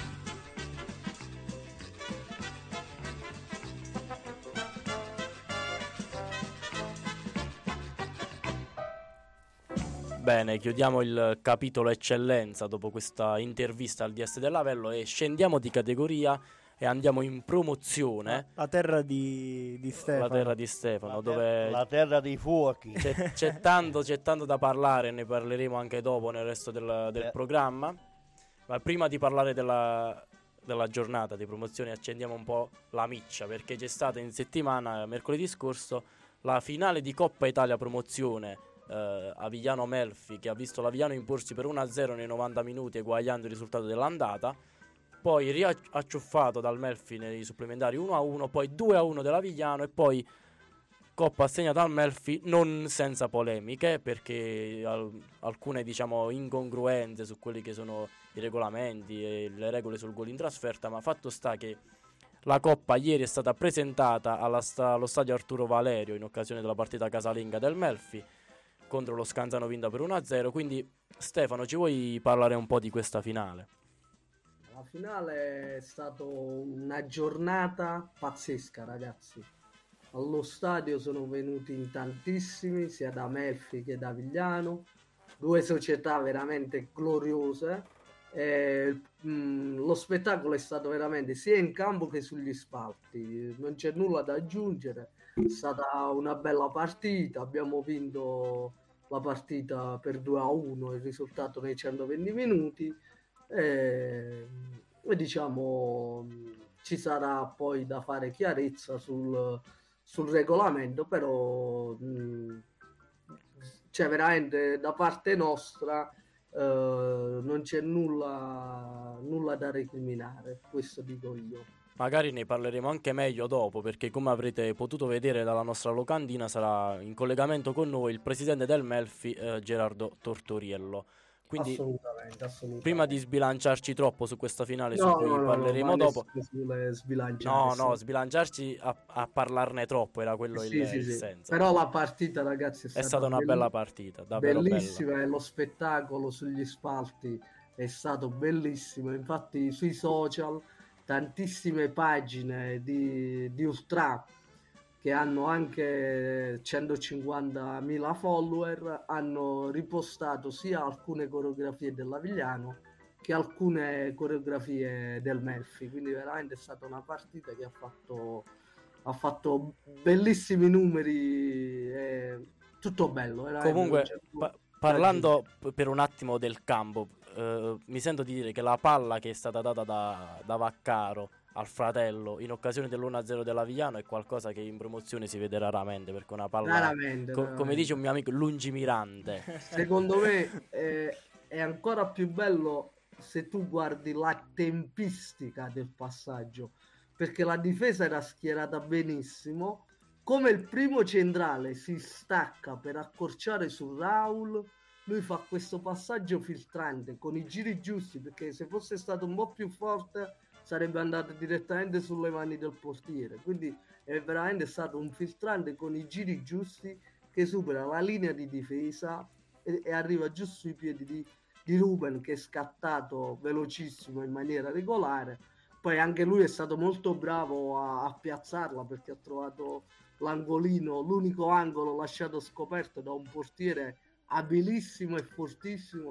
Bene, chiudiamo il capitolo eccellenza dopo questa intervista al D S dell'Avello e scendiamo di categoria e andiamo in promozione, La terra di, di Stefano. la terra di Stefano, La, dove ter- la terra dei fuochi. c'è, c'è tanto, c'è tanto da parlare, ne parleremo anche dopo nel resto del, del Eh. programma. Ma prima di parlare della, della giornata di promozione accendiamo un po' la miccia, perché c'è stata in settimana, mercoledì scorso, la finale di Coppa Italia Promozione eh, Avigliano Melfi, che ha visto l'Avigliano imporsi per uno a zero nei novanta minuti, eguagliando il risultato dell'andata. Poi riacciuffato dal Melfi nei supplementari uno a uno, poi due a uno dell'Avigliano e poi Coppa assegnata al Melfi, non senza polemiche, perché al- alcune diciamo incongruenze su quelli che sono i regolamenti e le regole sul gol in trasferta, ma fatto sta che la Coppa ieri è stata presentata alla sta- allo stadio Arturo Valerio in occasione della partita casalinga del Melfi contro lo Scanzano vinta per uno a zero. Quindi Stefano, ci vuoi parlare un po' di questa finale? La finale è stata una giornata pazzesca, ragazzi. Allo stadio sono venuti in tantissimi, sia da Melfi che da Avigliano, due società veramente gloriose. E, mh, lo spettacolo è stato veramente sia in campo che sugli spalti, non c'è nulla da aggiungere. È stata una bella partita, abbiamo vinto la partita per due a uno, il risultato nei centoventi minuti. E, e diciamo ci sarà poi da fare chiarezza sul, sul regolamento, però mh, cioè veramente da parte nostra eh, non c'è nulla, nulla da recriminare, questo dico io. Magari ne parleremo anche meglio dopo, perché come avrete potuto vedere dalla nostra locandina sarà in collegamento con noi il presidente del Melfi, eh, Gerardo Tortoriello. Quindi assolutamente, assolutamente. prima di sbilanciarci troppo su questa finale su No, cui no, no, parleremo no, dopo, sulle sbilanciare, no, sì. no, sbilanciarci a, a parlarne troppo era quello Sì, il, sì, il sì. senso. Però la partita, ragazzi, è È stata, stata una belli- bella partita, davvero bellissima, e lo spettacolo sugli spalti è stato bellissimo. Infatti sui social tantissime pagine di, di ultra che hanno anche centocinquantamila follower hanno ripostato sia alcune coreografie dell'Avigliano che alcune coreografie del Melfi, quindi veramente è stata una partita che ha fatto, ha fatto bellissimi numeri, e tutto bello. veramente Comunque, non c'è pa- nulla da parlando p- per un attimo del campo, eh, mi sento di dire che la palla che è stata data da, da Vaccaro al fratello in occasione dell'uno a zero dell'Avigliano è qualcosa che in promozione si vede raramente, perché una palla, Raramente, co- raramente. come dice un mio amico, lungimirante. Secondo me eh, è ancora più bello se tu guardi la tempistica del passaggio, perché la difesa era schierata benissimo, come il primo centrale si stacca per accorciare su Raul, lui fa questo passaggio filtrante con i giri giusti, perché se fosse stato un po' più forte sarebbe andato direttamente sulle mani del portiere, quindi è veramente stato un filtrante con i giri giusti che supera la linea di difesa e, e arriva giusto sui piedi di, di Ruben, che è scattato velocissimo in maniera regolare. Poi anche lui è stato molto bravo a, a piazzarla, perché ha trovato l'angolino, l'unico angolo lasciato scoperto da un portiere abilissimo e fortissimo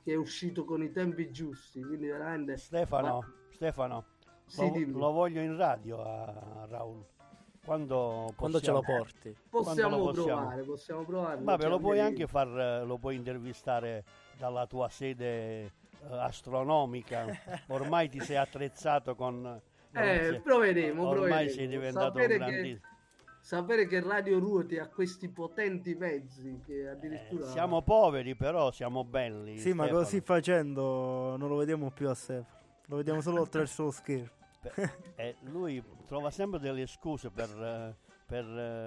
che è uscito con i tempi giusti, quindi veramente... Stefano, Ma- Stefano, Sì, lo, dimmi. lo voglio in radio a, a Raul. Quando, Quando ce lo possiamo- porti? Possiamo, quando lo possiamo? provare, possiamo provare. Vabbè, non lo c'è puoi che- anche far, lo puoi intervistare dalla tua sede eh, astronomica. Ormai ti sei attrezzato con... Eh, proveremo, Ormai proveremo. sei diventato Sapere un che- grandissimo. Sapere che Radio Ruoti ha questi potenti mezzi che Eh, addirittura... siamo poveri, però siamo belli. Sì, ma Stefano. così facendo non lo vediamo più a Stefano. Lo vediamo solo attraverso lo schermo. Eh, lui trova sempre delle scuse per... eh, per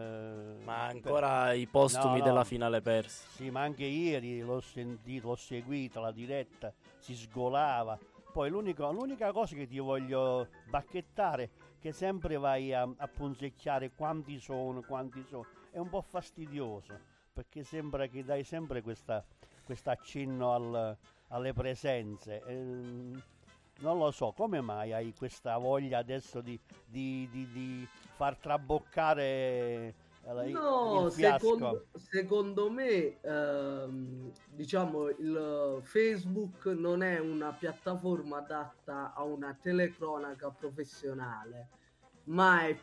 eh, Ma per- ancora i postumi No, no. della finale persa. Sì, ma anche ieri l'ho sentito, l'ho seguita, la diretta, si sgolava. Poi l'unico- l'unica cosa che ti voglio bacchettare, che sempre vai a, a punzecchiare quanti sono, quanti sono. È un po' fastidioso, perché sembra che dai sempre questa accenno al- alle presenze. Ehm, non lo so, come mai hai questa voglia adesso di, di- di- di far traboccare eh, il- No, il fiasco? secondo, secondo me, ehm, diciamo, il Facebook non è una piattaforma adatta a una telecronaca professionale, ma è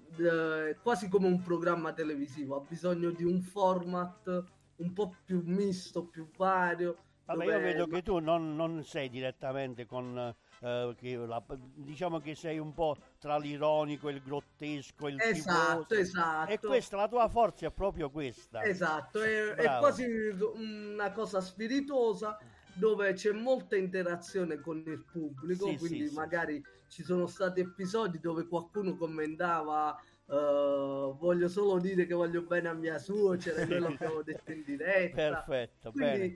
eh, quasi come un programma televisivo, ha bisogno di un format un po' più misto, più vario. Vabbè, dove- io vedo che tu non, non sei direttamente con... eh, che la- diciamo che sei un po' tra l'ironico, il grottesco, il Esatto, tifoso. esatto. E questa, la tua forza è proprio questa. Esatto, è, è Bravo. quasi una cosa spiritosa dove c'è molta interazione con il pubblico, Sì, quindi sì, sì. magari ci sono stati episodi dove qualcuno commentava eh, voglio solo dire che voglio bene a mia suocera e noi l'abbiamo detto in diretta. Perfetto, Quindi bene.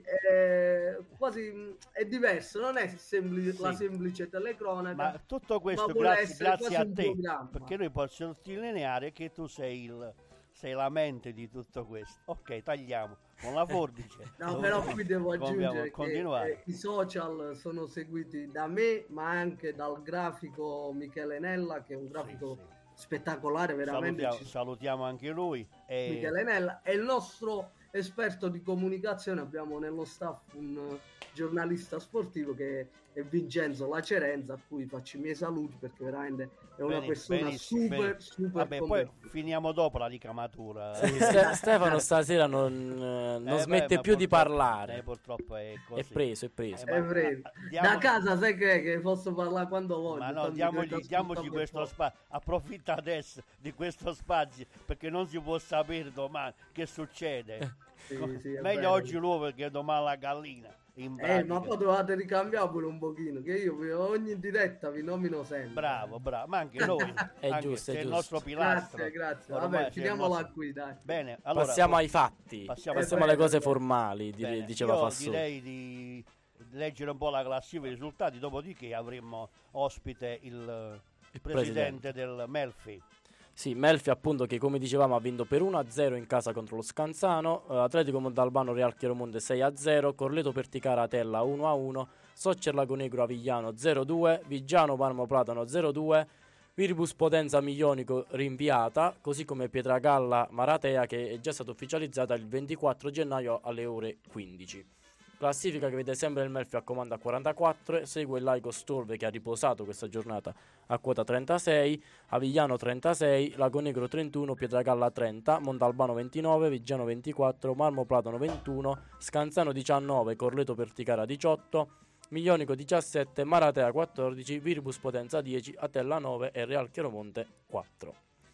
è quasi mh, è diverso, non è sempli- Sì. la semplice telecronaca. Ma tutto questo ma vuole grazie, essere grazie quasi a un te, programma. perché noi possiamo sottolineare che tu sei, il, sei la mente di tutto questo. Ok, tagliamo con la forbice. No, però qui devo Dobbiamo aggiungere che continuare. eh, i social sono seguiti da me, ma anche dal grafico Michele Nella, che è un grafico Sì, sì. spettacolare, veramente. Salutiamo, ci- salutiamo anche lui. E Michele Nella è il nostro esperto di comunicazione. Abbiamo nello staff un eh, giornalista sportivo che è Vincenzo Lacerenza, a cui faccio i miei saluti perché veramente è una Benis- persona benissimo, super, benissimo. super Vabbè, poi competente. finiamo dopo la ricamatura. Sì, Ste- Stefano stasera non, eh, non Eh, smette beh, ma più di purtroppo- parlare. eh, purtroppo è così. È preso, è preso. Eh, È ma- vero. ma- diamo- Da casa sai che, è, che posso parlare quando voglio. Ma no, tanto diamogli, diventa diamoci ascoltabile questo poco. spazio, approfitta adesso di questo spazio perché non si può sapere domani che succede. Sì, sì, è Meglio vero. oggi l'uovo perché domani la gallina. In Eh, pratica. ma poi dovete ricambiare pure un pochino, che io vi- ogni diretta vi nomino sempre. Bravo, bravo, ma anche noi. È anche giusto, è sei il giusto. nostro pilastro. Grazie, grazie. Ormai Vabbè, sei il finiamola nostro- qui, dai. Bene, allora Passiamo ai fatti. passiamo- Passiamo, Eh, alle beh, cose beh. formali, di- bene. diceva Io Fassone. direi di leggere un po' la classifica dei risultati, dopodiché avremo ospite il, Il presidente del Melfi. Sì, Melfi appunto che come dicevamo ha vinto per uno a zero in casa contro lo Scanzano, eh, Atletico Montalbano Real Chiaromonte sei a zero, Corleto Perticara Atella uno a uno, Soccer Lago Negro Avigliano zero a due, Viggiano Parma Platano zero a due, Virbus Potenza Miglionico rinviata, così come Pietragalla Maratea che è già stata ufficializzata il ventiquattro gennaio alle ore quindici. Classifica che vede sempre il Melfi a comando a quarantaquattro, segue il Laico Stolve che ha riposato questa giornata a quota trentasei, Avigliano trentasei, Lago Negro trentuno, Pietragalla trenta, Montalbano ventinove, Viggiano ventiquattro, Marmo Platano ventuno, Scanzano diciannove, Corleto Perticara diciotto, Miglionico diciassette, Maratea quattordici, Virbus Potenza dieci, Atella nove e Real Chiaromonte quattro.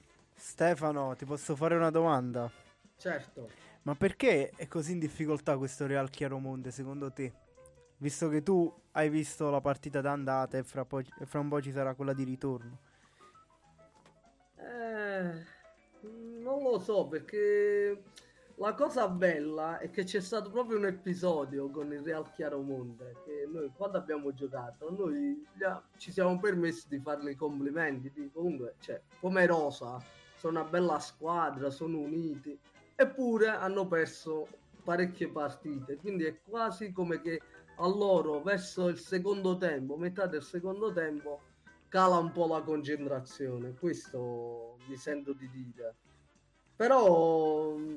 Stefano, ti posso fare una domanda? Certo. Ma perché è così in difficoltà questo Real Chiaromonte secondo te? Visto che tu hai visto la partita d'andata e fra, poi, e fra un po' ci sarà quella di ritorno. Eh, non lo so, perché la cosa bella è che c'è stato proprio un episodio con il Real Chiaromonte che noi quando abbiamo giocato noi già ci siamo permessi di fargli i complimenti, di, comunque cioè, come Rosa sono una bella squadra, sono uniti, eppure hanno perso parecchie partite, quindi è quasi come che a loro verso il secondo tempo, metà del secondo tempo, cala un po' la concentrazione, questo mi sento di dire. Però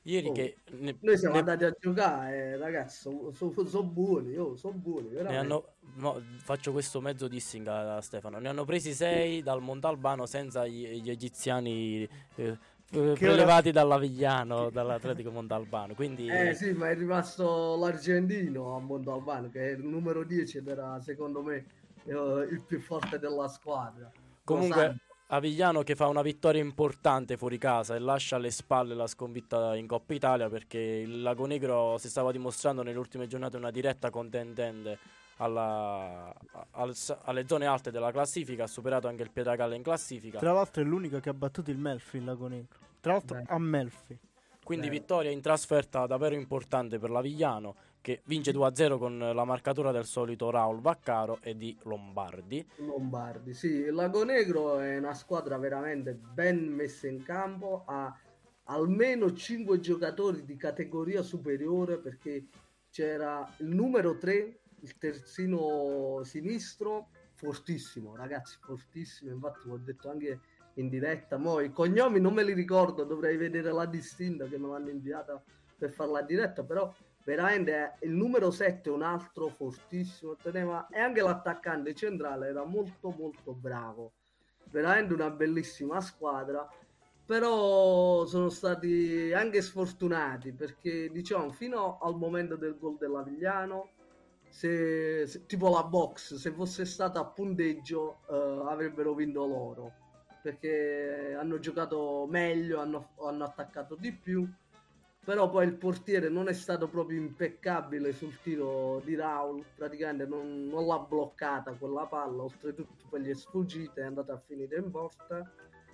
Ieri Oh, che ne, noi siamo ne- andati a giocare, ragazzi, sono so, so buoni, oh, sono buoni, ne veramente. hanno, no, faccio questo mezzo dissing a Stefano, ne hanno presi sei dal Montalbano senza gli, gli egiziani eh, eh, prelevati dall'Avigliano, dall'Atletico Montalbano, quindi Eh sì, ma è rimasto l'argentino a Montalbano, che è il numero dieci ed era secondo me eh, il più forte della squadra. comunque Rosani. Avigliano che fa una vittoria importante fuori casa e lascia alle spalle la sconfitta in Coppa Italia, perché il Lagonegro si stava dimostrando nelle ultime giornate una diretta contendente alla- al- alle zone alte della classifica, ha superato anche il Pietragalla in classifica. Tra l'altro è l'unico che ha battuto il Melfi, il Lagonegro. Tra l'altro Beh. a Melfi. Quindi Vero. vittoria in trasferta davvero importante per l'Avigliano, che vince due a zero con la marcatura del solito Raul Vaccaro e di Lombardi. Lombardi, sì, il Lago Negro è una squadra veramente ben messa in campo, ha almeno cinque giocatori di categoria superiore, perché c'era il numero tre, il terzino sinistro, fortissimo, ragazzi, fortissimo, infatti l'ho detto anche in diretta, mo i cognomi non me li ricordo, dovrei vedere la distinta che me l'hanno inviata per fare la diretta, però veramente il numero sette è un altro fortissimo, teneva, e anche l'attaccante centrale era molto molto bravo, veramente una bellissima squadra, però sono stati anche sfortunati, perché diciamo fino al momento del gol dell'Avigliano, se, se- tipo la box, se fosse stata a punteggio eh, avrebbero vinto loro, perché hanno giocato meglio, hanno, hanno attaccato di più, però poi il portiere non è stato proprio impeccabile sul tiro di Raul, praticamente non, non l'ha bloccata quella palla, oltretutto poi gli è sfuggita, è andata a finire in porta.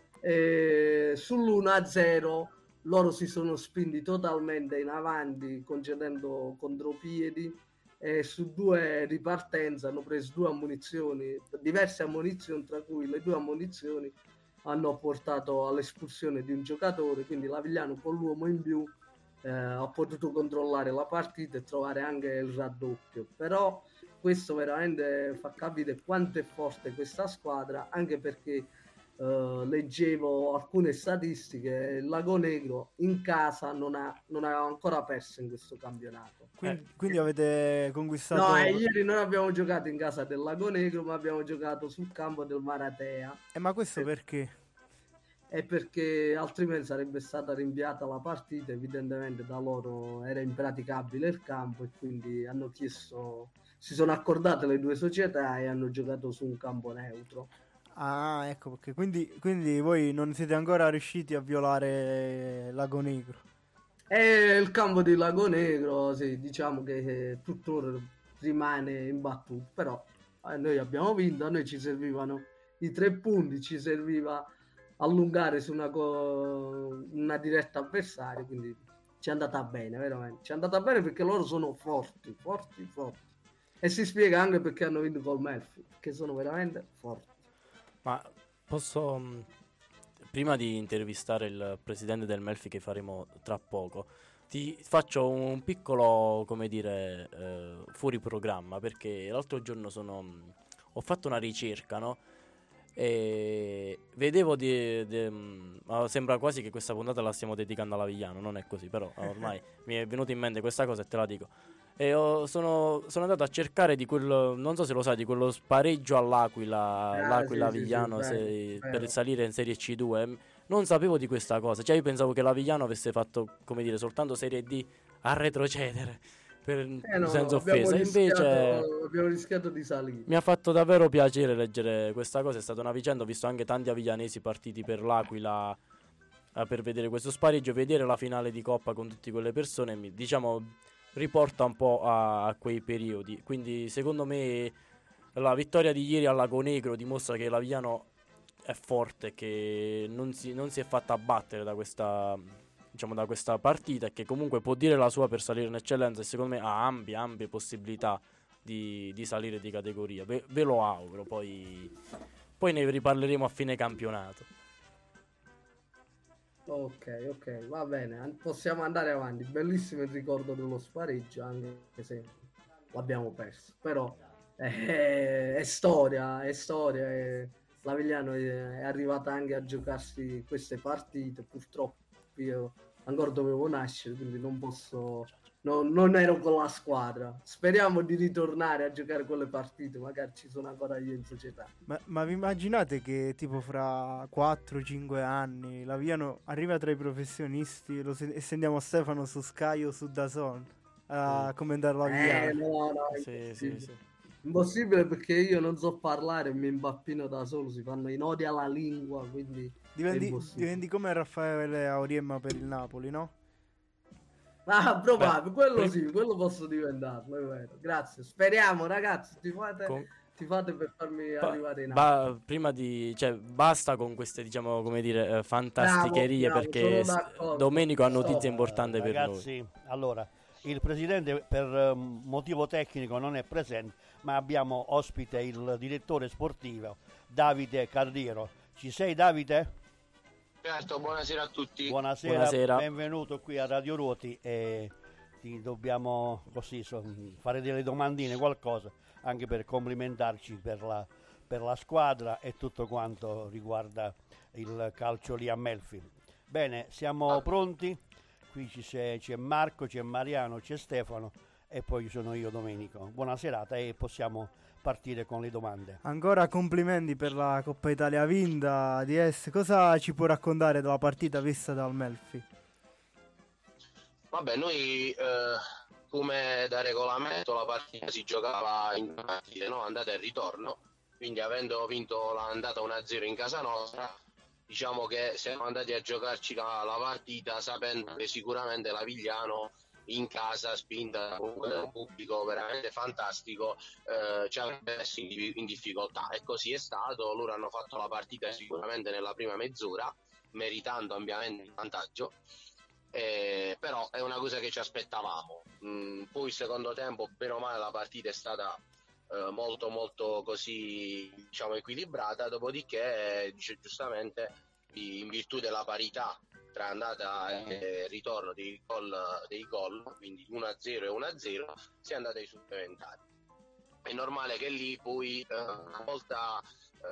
E sull'uno a zero loro si sono spinti totalmente in avanti concedendo contropiedi, e su due ripartenze hanno preso due ammonizioni, diverse ammonizioni, tra cui le due ammonizioni hanno portato all'espulsione di un giocatore, quindi l'Avigliano con l'uomo in più eh, ha potuto controllare la partita e trovare anche il raddoppio, però questo veramente fa capire quanto è forte questa squadra, anche perché eh, leggevo alcune statistiche, il Lago Negro in casa non ha, non ha ancora perso in questo campionato. Quindi, Eh. quindi avete conquistato... No, e ieri non abbiamo giocato in casa del Lago Negro, ma abbiamo giocato sul campo del Maratea. Eh, ma questo perché? È perché altrimenti sarebbe stata rinviata la partita, evidentemente da loro era impraticabile il campo e quindi hanno chiesto, si sono accordate le due società e hanno giocato su un campo neutro. Ah, ecco perché. Quindi, quindi voi non siete ancora riusciti a violare Lago Negro. E il campo di Lago Negro, sì, diciamo che tuttora rimane imbattuto, però eh, noi abbiamo vinto, a noi ci servivano i tre punti, ci serviva allungare su una, co- una diretta avversaria, quindi ci è andata bene, veramente. Ci è andata bene perché loro sono forti, forti, forti. E si spiega anche perché hanno vinto col Melfi, perché sono veramente forti. Ma posso, mh, prima di intervistare il presidente del Melfi che faremo tra poco, ti faccio un piccolo, come dire, eh, fuori programma, perché l'altro giorno sono, mh, ho fatto una ricerca, no? E vedevo di, di- mh, ma sembra quasi che questa puntata la stiamo dedicando all'Avigliano, non è così, però ormai mi è venuta in mente questa cosa e te la dico. E ho- sono, sono andato a cercare di quello, non so se lo sai, di quello spareggio all'Aquila, Ah, l'Aquila sì, sì, sì, Avigliano vero, se- vero. per salire in Serie C due. Non sapevo di questa cosa, cioè io pensavo che l'Avigliano avesse fatto, come dire, soltanto Serie D a retrocedere, per, Eh no, senza abbiamo offesa. rischiato, Invece abbiamo rischiato di salire. mi ha fatto davvero piacere leggere questa cosa, è stata una vicenda, ho visto anche tanti aviglianesi partiti per l'Aquila eh, per vedere questo spareggio, vedere la finale di Coppa con tutte quelle persone, mi, diciamo, riporta un po' a, a quei periodi. Quindi secondo me la vittoria di ieri al Lago Negro dimostra che l'Avigliano è forte, che non si, non si è fatta abbattere da questa, diciamo, da questa partita e che comunque può dire la sua per salire in eccellenza e secondo me ha ampie, ampie possibilità di, di salire di categoria. Ve, ve lo auguro, poi, poi ne riparleremo a fine campionato. Ok, ok, va bene, an- possiamo andare avanti. Bellissimo il ricordo dello spareggio, anche se l'abbiamo perso. Però è, è storia, è storia. E l'Avigliano è, è arrivata anche a giocarsi queste partite. Purtroppo io ancora dovevo nascere, quindi non posso, no- non ero con la squadra. Speriamo di ritornare a giocare quelle partite, magari ci sono ancora io in società. Ma, ma vi immaginate che tipo fra quattro cinque anni la Viano arriva tra i professionisti lo sen- e sentiamo Stefano su Sky o su DAZN a commentare la Eh, Viano? no, no, è Sì, sì, impossibile. sì. Impossibile perché io non so parlare, mi imbappino da solo, si fanno i nodi alla lingua, quindi è Diventi, impossibile. diventi come Raffaele Auriemma per il Napoli, no? Ah, probabile, quello prim- sì, quello posso diventarlo, è vero. Grazie, speriamo ragazzi, ti fate, Con- ti fate per farmi Ba- arrivare in ba- prima di, cioè, basta con queste, diciamo, come dire, eh, fantasticherie, Bravo, bravo, perché sono s- d'accordo. Domenico ha So. notizia Eh, importante per noi. ragazzi, allora, il presidente per eh, motivo tecnico non è presente, ma abbiamo ospite il direttore sportivo Davide Carriero. Ci sei, Davide? Certo, buonasera a tutti. Buonasera, Buonasera. benvenuto qui a Radio Ruoti e ti dobbiamo così so- fare delle domandine, qualcosa, anche per complimentarci per la, per la squadra e tutto quanto riguarda il calcio lì a Melfi. Bene, siamo pronti? Qui ci c'è, c'è Marco, c'è Mariano, c'è Stefano e poi ci sono io, Domenico. Buona serata e possiamo partire con le domande. Ancora complimenti per la Coppa Italia vinta di S. Cosa ci può raccontare della partita vista dal Melfi? Vabbè, noi eh, come da regolamento la partita si giocava in partite, no? Andata e ritorno, quindi avendo vinto l'andata uno a zero in casa nostra, diciamo che siamo andati a giocarci la, la partita sapendo che sicuramente la Vigliano in casa, spinta comunque da un pubblico veramente fantastico, eh, ci avrebbe messo in, in difficoltà, e così è stato. Loro hanno fatto la partita sicuramente nella prima mezz'ora, meritando ampiamente il vantaggio. Eh, però è una cosa che ci aspettavamo. Mm, poi il secondo tempo, bene o male, la partita è stata eh, molto molto così, diciamo, equilibrata, dopodiché dice, giustamente in virtù della parità tra andata e ritorno dei gol, dei gol, quindi uno a zero e uno a zero, si è andata ai supplementari. È normale che lì poi eh, una volta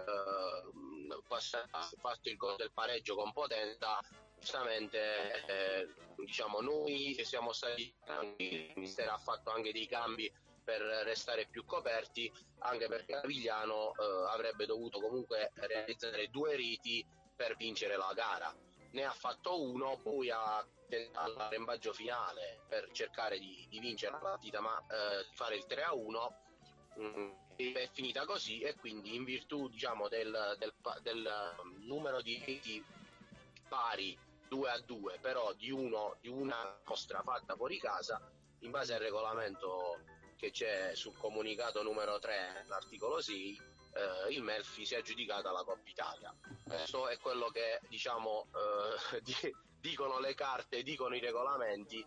eh, fatto il gol del pareggio con Potenza, giustamente eh, diciamo noi siamo stati, il mister ha fatto anche dei cambi per restare più coperti, anche perché Avigliano eh, avrebbe dovuto comunque realizzare due riti per vincere la gara. Ne ha fatto uno, poi ha tentato l'arrembaggio finale per cercare di, di vincere la partita, ma eh, di fare il tre a uno mh, è finita così, e quindi in virtù, diciamo, del, del, del numero di riti pari due a due, però di, uno, di una nostra fatta fuori casa, in base al regolamento che c'è sul comunicato numero tre, l'articolo sei, eh, il Melfi si è aggiudicata la Coppa Italia. Questo è quello che, diciamo, eh, di, dicono le carte, dicono i regolamenti,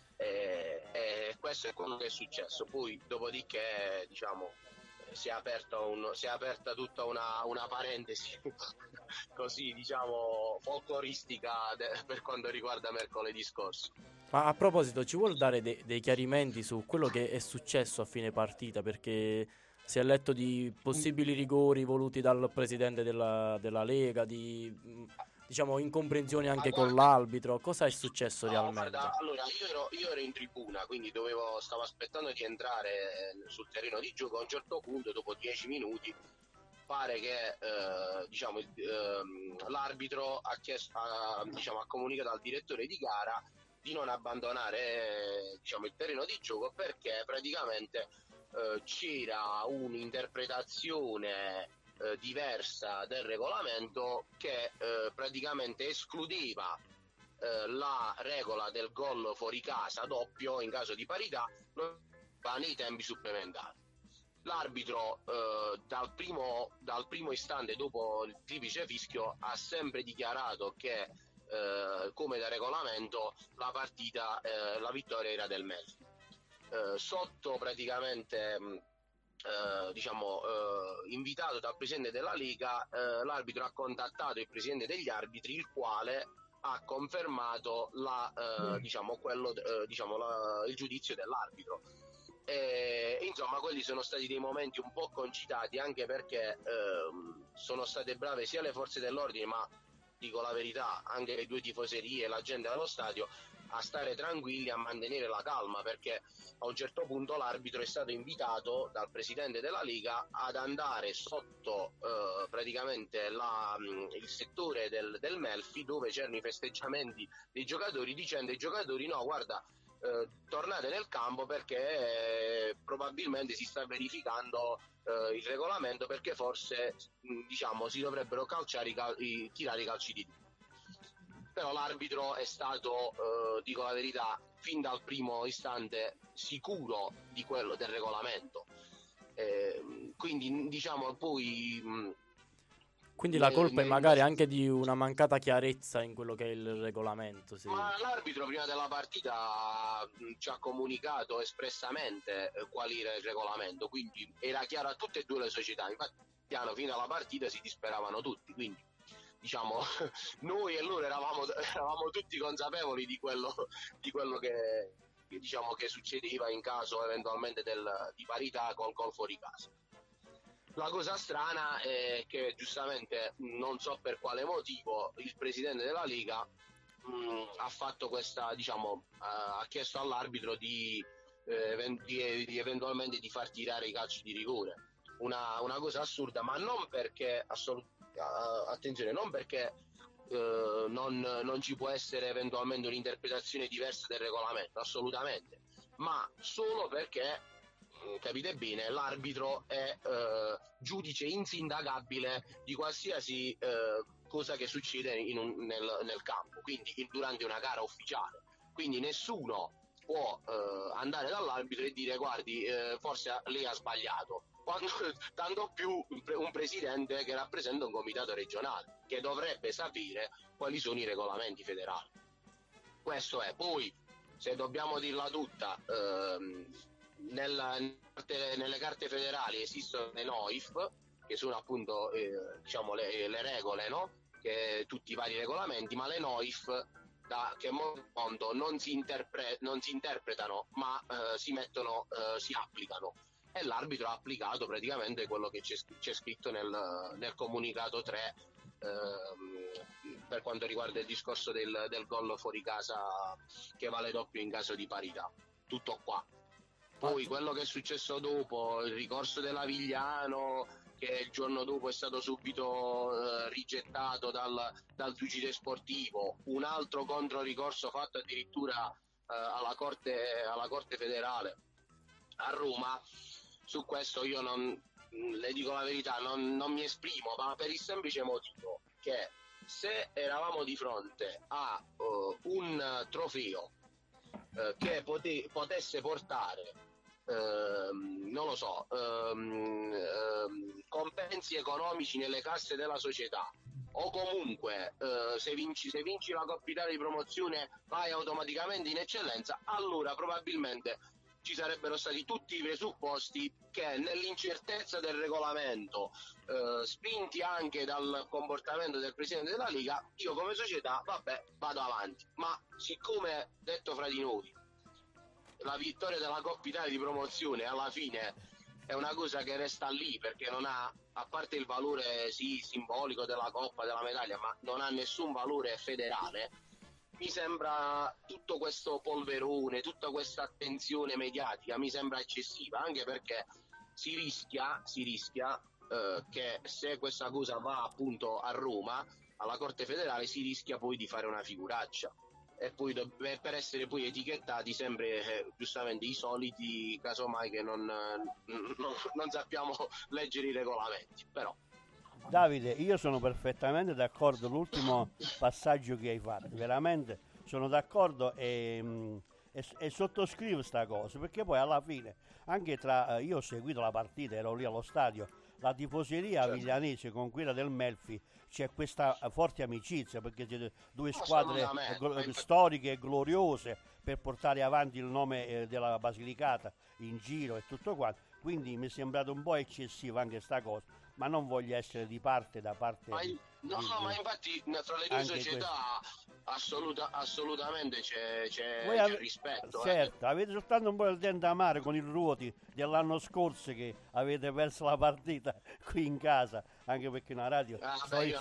e, e questo è quello che è successo. Poi dopodiché, diciamo, si è aperta, un, si è aperta tutta una, una parentesi così, diciamo, folcloristica de, per quanto riguarda mercoledì scorso. Ma a proposito, ci vuol dare de- dei chiarimenti su quello che è successo a fine partita? Perché si è letto di possibili rigori voluti dal presidente della, della Lega, di mh, diciamo incomprensioni anche con l'arbitro. Cosa è successo No, realmente? guarda, allora io ero, io ero in tribuna, quindi dovevo, stavo aspettando di entrare sul terreno di gioco. A un certo punto, dopo dieci minuti, pare che eh, diciamo, il, eh, l'arbitro ha, chiesto, ha, diciamo, ha comunicato al direttore di gara di non abbandonare eh, diciamo, il terreno di gioco, perché praticamente eh, c'era un'interpretazione eh, diversa del regolamento che eh, praticamente escludeva eh, la regola del gol fuori casa doppio in caso di parità nei tempi supplementari. L'arbitro eh, dal, primo, dal primo istante dopo il triplice fischio ha sempre dichiarato che eh, come da regolamento la partita, eh, la vittoria era del Melfi. Eh, sotto praticamente mh, eh, diciamo eh, invitato dal presidente della Lega, eh, l'arbitro ha contattato il presidente degli arbitri, il quale ha confermato la, eh, diciamo, quello, eh, diciamo, la, il giudizio dell'arbitro. E, insomma, quelli sono stati dei momenti un po' concitati, anche perché ehm, sono state brave sia le forze dell'ordine, ma dico la verità, anche le due tifoserie e la gente dello stadio a stare tranquilli, a mantenere la calma, perché a un certo punto l'arbitro è stato invitato dal presidente della Liga ad andare sotto eh, praticamente la, il settore del, del Melfi, dove c'erano i festeggiamenti dei giocatori, dicendo ai giocatori no, guarda, eh, tornate nel campo perché eh, probabilmente si sta verificando eh, il regolamento, perché forse mh, diciamo si dovrebbero calciare i cal- i, tirare i calci di rigore. Però l'arbitro è stato, eh, dico la verità, fin dal primo istante sicuro di quello del regolamento. Eh, quindi diciamo poi... Mh, quindi la colpa è magari anche di una mancata chiarezza in quello che è il regolamento. Sì. Ma l'arbitro prima della partita mh, ci ha comunicato espressamente eh, qual era il regolamento, quindi era chiaro a tutte e due le società. Infatti piano fino alla partita si disperavano tutti, quindi diciamo noi e loro eravamo, eravamo tutti consapevoli di quello, di quello che, diciamo, che succedeva in caso eventualmente del, di parità col gol fuori casa. La cosa strana è che giustamente non so per quale motivo il presidente della Liga mh, ha fatto questa, diciamo, uh, ha chiesto all'arbitro di, eh, di, di eventualmente di far tirare i calci di rigore. Una, una cosa assurda, ma non perché assolutamente Uh, attenzione, non perché uh, non, non ci può essere eventualmente un'interpretazione diversa del regolamento, assolutamente, ma solo perché, uh, capite bene, l'arbitro è uh, giudice insindacabile di qualsiasi uh, cosa che succede in un, nel, nel campo, quindi in, durante una gara ufficiale. Quindi nessuno può uh, andare dall'arbitro e dire guardi, uh, forse lei ha sbagliato. Quando, tanto più un presidente che rappresenta un comitato regionale che dovrebbe sapere quali sono i regolamenti federali. Questo è. Poi, se dobbiamo dirla tutta, ehm, nella, nelle carte federali esistono le N O I F, che sono appunto eh, diciamo le, le regole, no? Che tutti i vari regolamenti, ma le N O I F da che mondo non si, interpre- non si interpretano, ma eh, si mettono, eh, si applicano. E l'arbitro ha applicato praticamente quello che c'è, c'è scritto nel, nel comunicato tre ehm, per quanto riguarda il discorso del, del gol fuori casa che vale doppio in caso di parità. Tutto qua. Poi quello che è successo dopo, il ricorso della Vigliano, che il giorno dopo è stato subito eh, rigettato dal, dal giudice sportivo, un altro controricorso fatto addirittura eh, alla Corte, alla Corte federale a Roma. Su questo io non, le dico la verità, non, non mi esprimo, ma per il semplice motivo che se eravamo di fronte a uh, un trofeo uh, che pote- potesse portare, uh, non lo so, uh, uh, compensi economici nelle casse della società, o comunque uh, se, vinci, se vinci la Coppa Italia di promozione vai automaticamente in eccellenza, allora probabilmente ci sarebbero stati tutti i presupposti che nell'incertezza del regolamento, eh, spinti anche dal comportamento del presidente della Liga, io come società, vabbè, vado avanti. Ma siccome, detto fra di noi, la vittoria della Coppa Italia di promozione alla fine è una cosa che resta lì, perché non ha, a parte il valore sì simbolico della Coppa, della medaglia, ma non ha nessun valore federale, mi sembra tutto questo polverone, tutta questa attenzione mediatica mi sembra eccessiva, anche perché si rischia, si rischia eh, che se questa cosa va appunto a Roma, alla Corte federale, si rischia poi di fare una figuraccia. E poi do- per essere poi etichettati sempre eh, giustamente i soliti, casomai che non, non, non sappiamo leggere i regolamenti, però. Davide, io sono perfettamente d'accordo, l'ultimo passaggio che hai fatto, veramente sono d'accordo e, mh, e, e sottoscrivo sta cosa, perché poi alla fine, anche tra, io ho seguito la partita, ero lì allo stadio, la tifoseria certo. Viglianese con quella del Melfi, c'è questa forte amicizia, perché siete due squadre gl- storiche e gloriose per portare avanti il nome eh, della Basilicata in giro e tutto quanto, quindi mi è sembrato un po' eccessivo anche sta cosa, ma non voglio essere di parte da parte ma in, no, di, no ma infatti fra le due società assoluta, assolutamente c'è, c'è, c'è ave- rispetto certo, eh. avete soltanto un po' il dente amaro con il Ruoti dell'anno scorso che avete perso la partita qui in casa, anche perché una radio ah, so, beh, io so, non,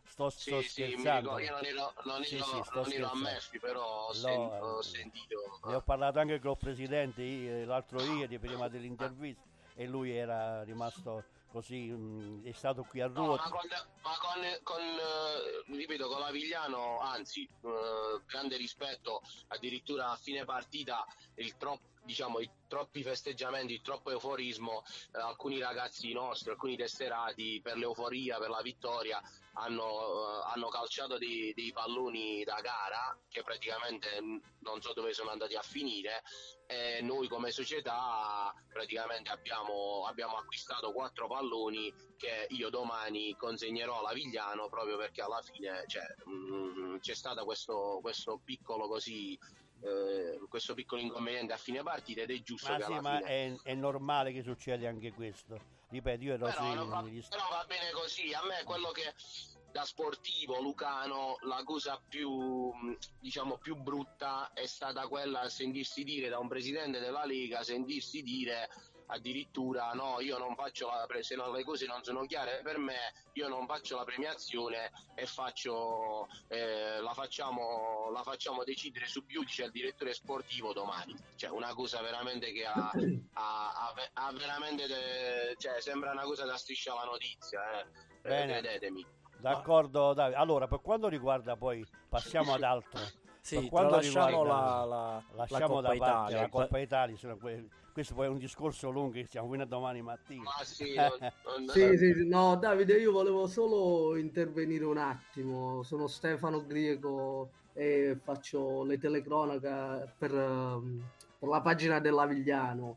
sto, Sì, sto sì, mi scherzando. ricordo, io non ero, non Sì, ero, sì, sto non ero a scherzando. Murphy, però ho, No, sen- ho eh, sentito. ne ho parlato anche col presidente i- l'altro ieri prima dell'intervista e lui era rimasto così, mh, è stato qui a No, ruota. ma con, ma con, con eh, ripeto, con Lavigliano, anzi, eh, grande rispetto, addirittura a fine partita il troppo, diciamo, i troppi festeggiamenti, il troppo euforismo, eh, alcuni ragazzi nostri, alcuni tesserati per l'euforia, per la vittoria hanno, eh, hanno calciato dei, dei palloni da gara che praticamente mh, non so dove sono andati a finire, e noi come società praticamente abbiamo, abbiamo acquistato quattro palloni che io domani consegnerò a Lavigliano, proprio perché alla fine cioè, mh, c'è stato questo, questo piccolo così eh, questo piccolo inconveniente a fine partita ed è giusto Ma che sì, alla ma fine è, è normale che succede anche questo. Ripeto, io ero però, sì, no, va, negli st- però va bene così. A me quello che da sportivo lucano la cosa più mh, diciamo più brutta è stata quella sentirsi dire da un presidente della Lega, sentirsi dire addirittura no, io non faccio la pre- se non le cose non sono chiare per me, io non faccio la premiazione e faccio eh, la facciamo la facciamo decidere su giudice al direttore sportivo domani. Cioè una cosa veramente che ha, ha, ha, ha veramente de- cioè sembra una cosa da Striscia la Notizia, eh. Eh, Bene. credetemi. D'accordo, Davide. Allora, per quanto riguarda poi, passiamo ad altro. Sì, Per quanto tralasciamo riguarda- la, la, lasciamo la da Coppa parte Italia. la il- Coppa Italia, sono que- questo poi è un discorso lungo che stiamo fino a domani mattina. Ma sì, non- non- Sì, sì, sì, no, Davide, io volevo solo intervenire un attimo. Sono Stefano Grieco e faccio le telecronache per, ehm, per la pagina dell'Avigliano.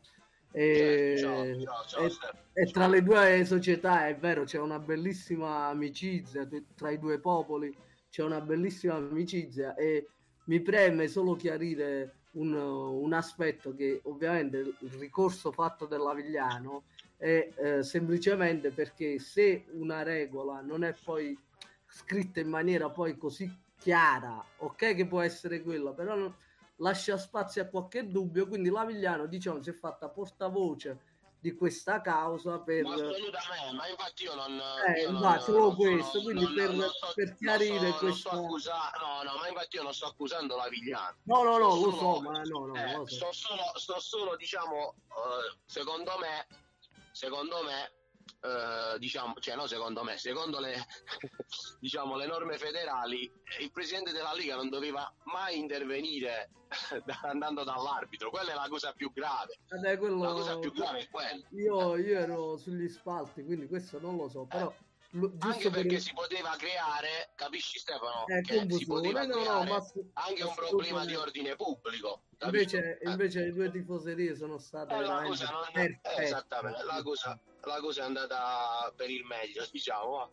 E, Certo, ciao, ciao, ciao, e- Stefano. e tra le due società è vero, c'è una bellissima amicizia t- tra i due popoli, c'è una bellissima amicizia e mi preme solo chiarire un, un aspetto che ovviamente il ricorso fatto dell'Avigliano è eh, semplicemente perché se una regola non è poi scritta in maniera poi così chiara, ok che può essere quella, però non- lascia spazio a qualche dubbio, quindi l'Avigliano diciamo si è fatta portavoce di questa causa per Ma assolutamente, ma infatti io non, eh, io non, va, solo non sono- questo, quindi non- per, non sto- per chiarire non sto, non questa sto accusando, no, no, ma infatti io non sto accusando la Vigliano. no no no Sto lo solo- so ma no no eh, lo so. sto solo, sto solo diciamo, eh, secondo me, secondo me, eh, diciamo, cioè no secondo me, secondo le, diciamo, le norme federali, il presidente della Liga non doveva mai intervenire da- andando dall'arbitro, quella è la cosa più grave. Vabbè, quello- La cosa più grave è quella. io, io ero sugli spalti quindi questo non lo so però lo- giusto Anche per- perché si poteva creare, capisci Stefano, Eh, che si confusione, poteva no, no, creare ma assu- anche un assolutamente. problema di ordine pubblico. capito? invece, Eh, invece le due tifoserie sono state eh, la veramente cosa non- perfette. eh, esattamente, la cosa, la cosa è andata per il meglio, diciamo. va.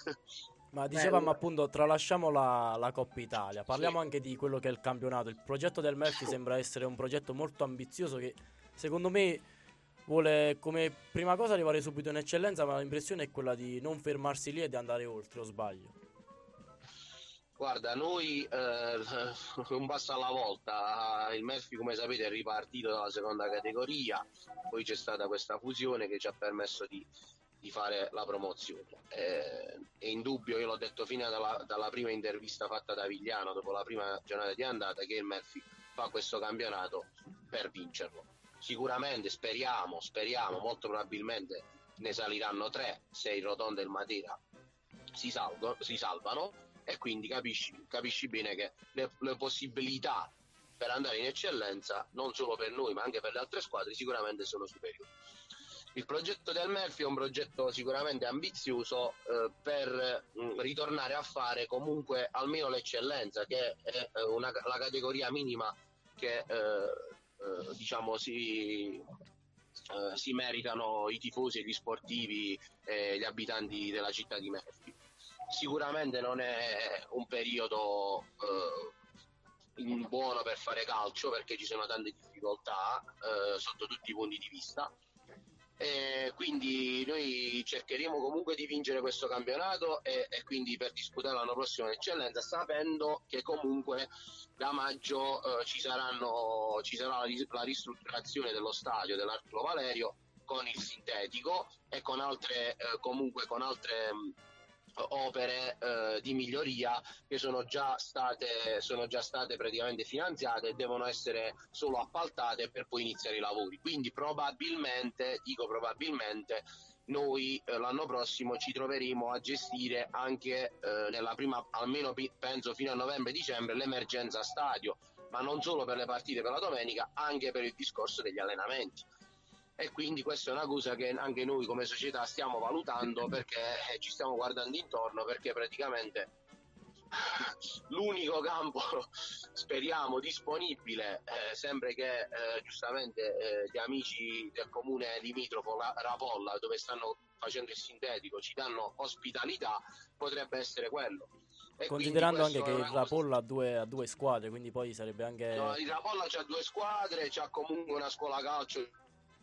Ma dicevamo Bello. appunto, tralasciamo la, la Coppa Italia, parliamo Sì. anche di quello che è il campionato. Il progetto del Murphy sembra essere un progetto molto ambizioso che secondo me vuole come prima cosa arrivare subito in eccellenza, ma l'impressione è quella di non fermarsi lì e di andare oltre, o sbaglio? Guarda, noi eh, un passo alla volta, il Murphy come sapete è ripartito dalla seconda categoria, poi c'è stata questa fusione che ci ha permesso di, di fare la promozione. Eh, è indubbio, io l'ho detto fino dalla, dalla prima intervista fatta da Vigliano dopo la prima giornata di andata, che il Murphy fa questo campionato per vincerlo. Sicuramente speriamo, speriamo, molto probabilmente ne saliranno tre se il Rotonda e il Matera si, salgo, si salvano, e quindi capisci, capisci bene che le, le possibilità per andare in eccellenza non solo per noi ma anche per le altre squadre sicuramente sono superiori. Il progetto del Murphy è un progetto sicuramente ambizioso eh, per mh, ritornare a fare comunque almeno l'eccellenza, che è eh, una, la categoria minima che eh, eh, diciamo si, eh, si meritano i tifosi, gli sportivi e gli abitanti della città di Murphy. Sicuramente non è un periodo eh, buono per fare calcio perché ci sono tante difficoltà eh, sotto tutti i punti di vista, e quindi noi cercheremo comunque di vincere questo campionato e, e quindi per disputare l'anno prossimo l'eccellenza, sapendo che comunque da maggio eh, ci saranno ci sarà la, ris- la ristrutturazione dello stadio dell'Arturo Valerio con il sintetico e con altre eh, comunque con altre mh, opere eh, di miglioria che sono già state sono già state praticamente finanziate e devono essere solo appaltate per poi iniziare i lavori. Quindi probabilmente, dico probabilmente, noi eh, l'anno prossimo ci troveremo a gestire anche eh, nella prima, almeno pi- penso fino a novembre-dicembre, l'emergenza stadio, ma non solo per le partite per la domenica, anche per il discorso degli allenamenti. E quindi questa è una cosa che anche noi come società stiamo valutando, perché eh, ci stiamo guardando intorno, perché praticamente l'unico campo speriamo disponibile, eh, sempre che eh, giustamente eh, gli amici del comune limitrofo la, Rapolla, dove stanno facendo il sintetico, ci danno ospitalità, potrebbe essere quello. E considerando anche che il cosa... Rapolla ha due, ha due squadre, quindi poi sarebbe anche... No, il Rapolla c'ha due squadre, c'ha comunque una scuola calcio, il,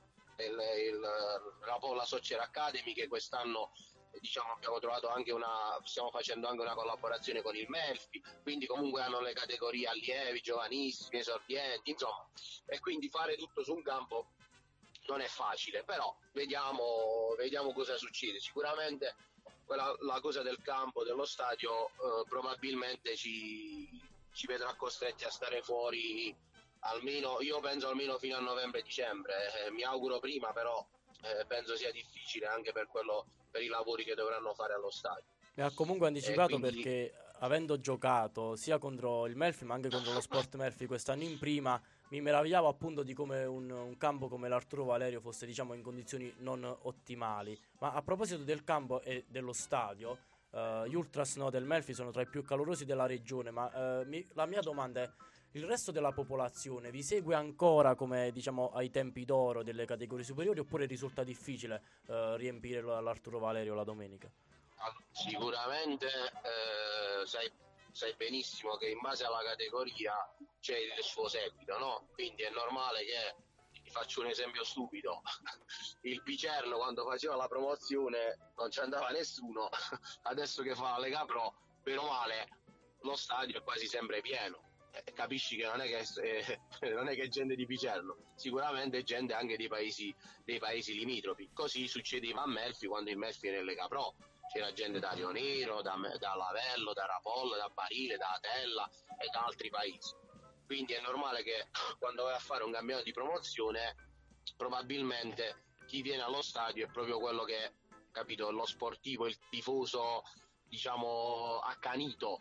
il Rapolla Soccer Academy, che quest'anno diciamo abbiamo trovato anche una, stiamo facendo anche una collaborazione con il Melfi, quindi comunque hanno le categorie allievi, giovanissimi, esordienti, insomma, e quindi fare tutto su un campo non è facile, però vediamo, vediamo cosa succede. Sicuramente quella, la cosa del campo, dello stadio, eh, probabilmente ci, ci vedrà costretti a stare fuori almeno, io penso almeno fino a novembre-dicembre, eh, mi auguro prima, però eh, penso sia difficile anche per quello, per i lavori che dovranno fare allo stadio. Mi ha comunque anticipato quindi... perché avendo giocato sia contro il Melfi ma anche contro lo Sport Melfi quest'anno in prima, mi meravigliavo appunto di come un, un campo come l'Arturo Valerio fosse diciamo in condizioni non ottimali. Ma a proposito del campo e dello stadio, uh, gli Ultras no, del Melfi sono tra i più calorosi della regione, ma uh, mi, la mia domanda è: il resto della popolazione vi segue ancora come diciamo ai tempi d'oro delle categorie superiori, oppure risulta difficile uh, riempire l'Arturo Valerio la domenica? Sicuramente eh, sai, sai benissimo che in base alla categoria c'è il suo seguito, no? Quindi è normale che, ti faccio un esempio stupido, il Picerno quando faceva la promozione non ci andava nessuno, adesso che fa la Lega Pro, bene o male, lo stadio è quasi sempre pieno. Eh, capisci che non è che eh, non è che è gente di Picerno, sicuramente è gente anche dei paesi, dei paesi limitrofi. Così succedeva a Melfi quando il Melfi era in Lega Pro. C'era gente da Rio Nero, da, da Lavello, da Rapolla, da Barile, da Atella e da altri paesi. Quindi è normale che quando vai a fare un campionato di promozione, probabilmente chi viene allo stadio è proprio quello che, capito, lo sportivo, il tifoso, diciamo, accanito.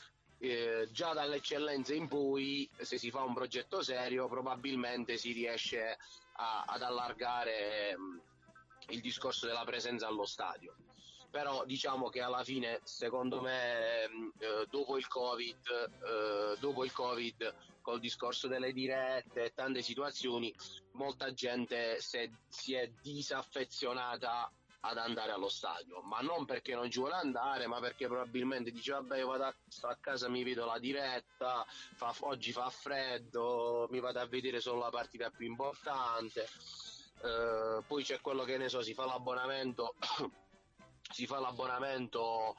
Eh, già dall'eccellenza in poi, se si fa un progetto serio, probabilmente si riesce a, ad allargare mh, il discorso della presenza allo stadio. Però diciamo che alla fine, secondo me, eh, dopo il Covid, eh, dopo il Covid, col discorso delle dirette e tante situazioni, molta gente si è, si è disaffezionata ad andare allo stadio, ma non perché non ci vuole andare, ma perché probabilmente dice vabbè, io vado a, sto a casa, mi vedo la diretta, fa, oggi fa freddo, mi vado a vedere solo la partita più importante. Eh, poi c'è quello che ne so, si fa l'abbonamento si fa l'abbonamento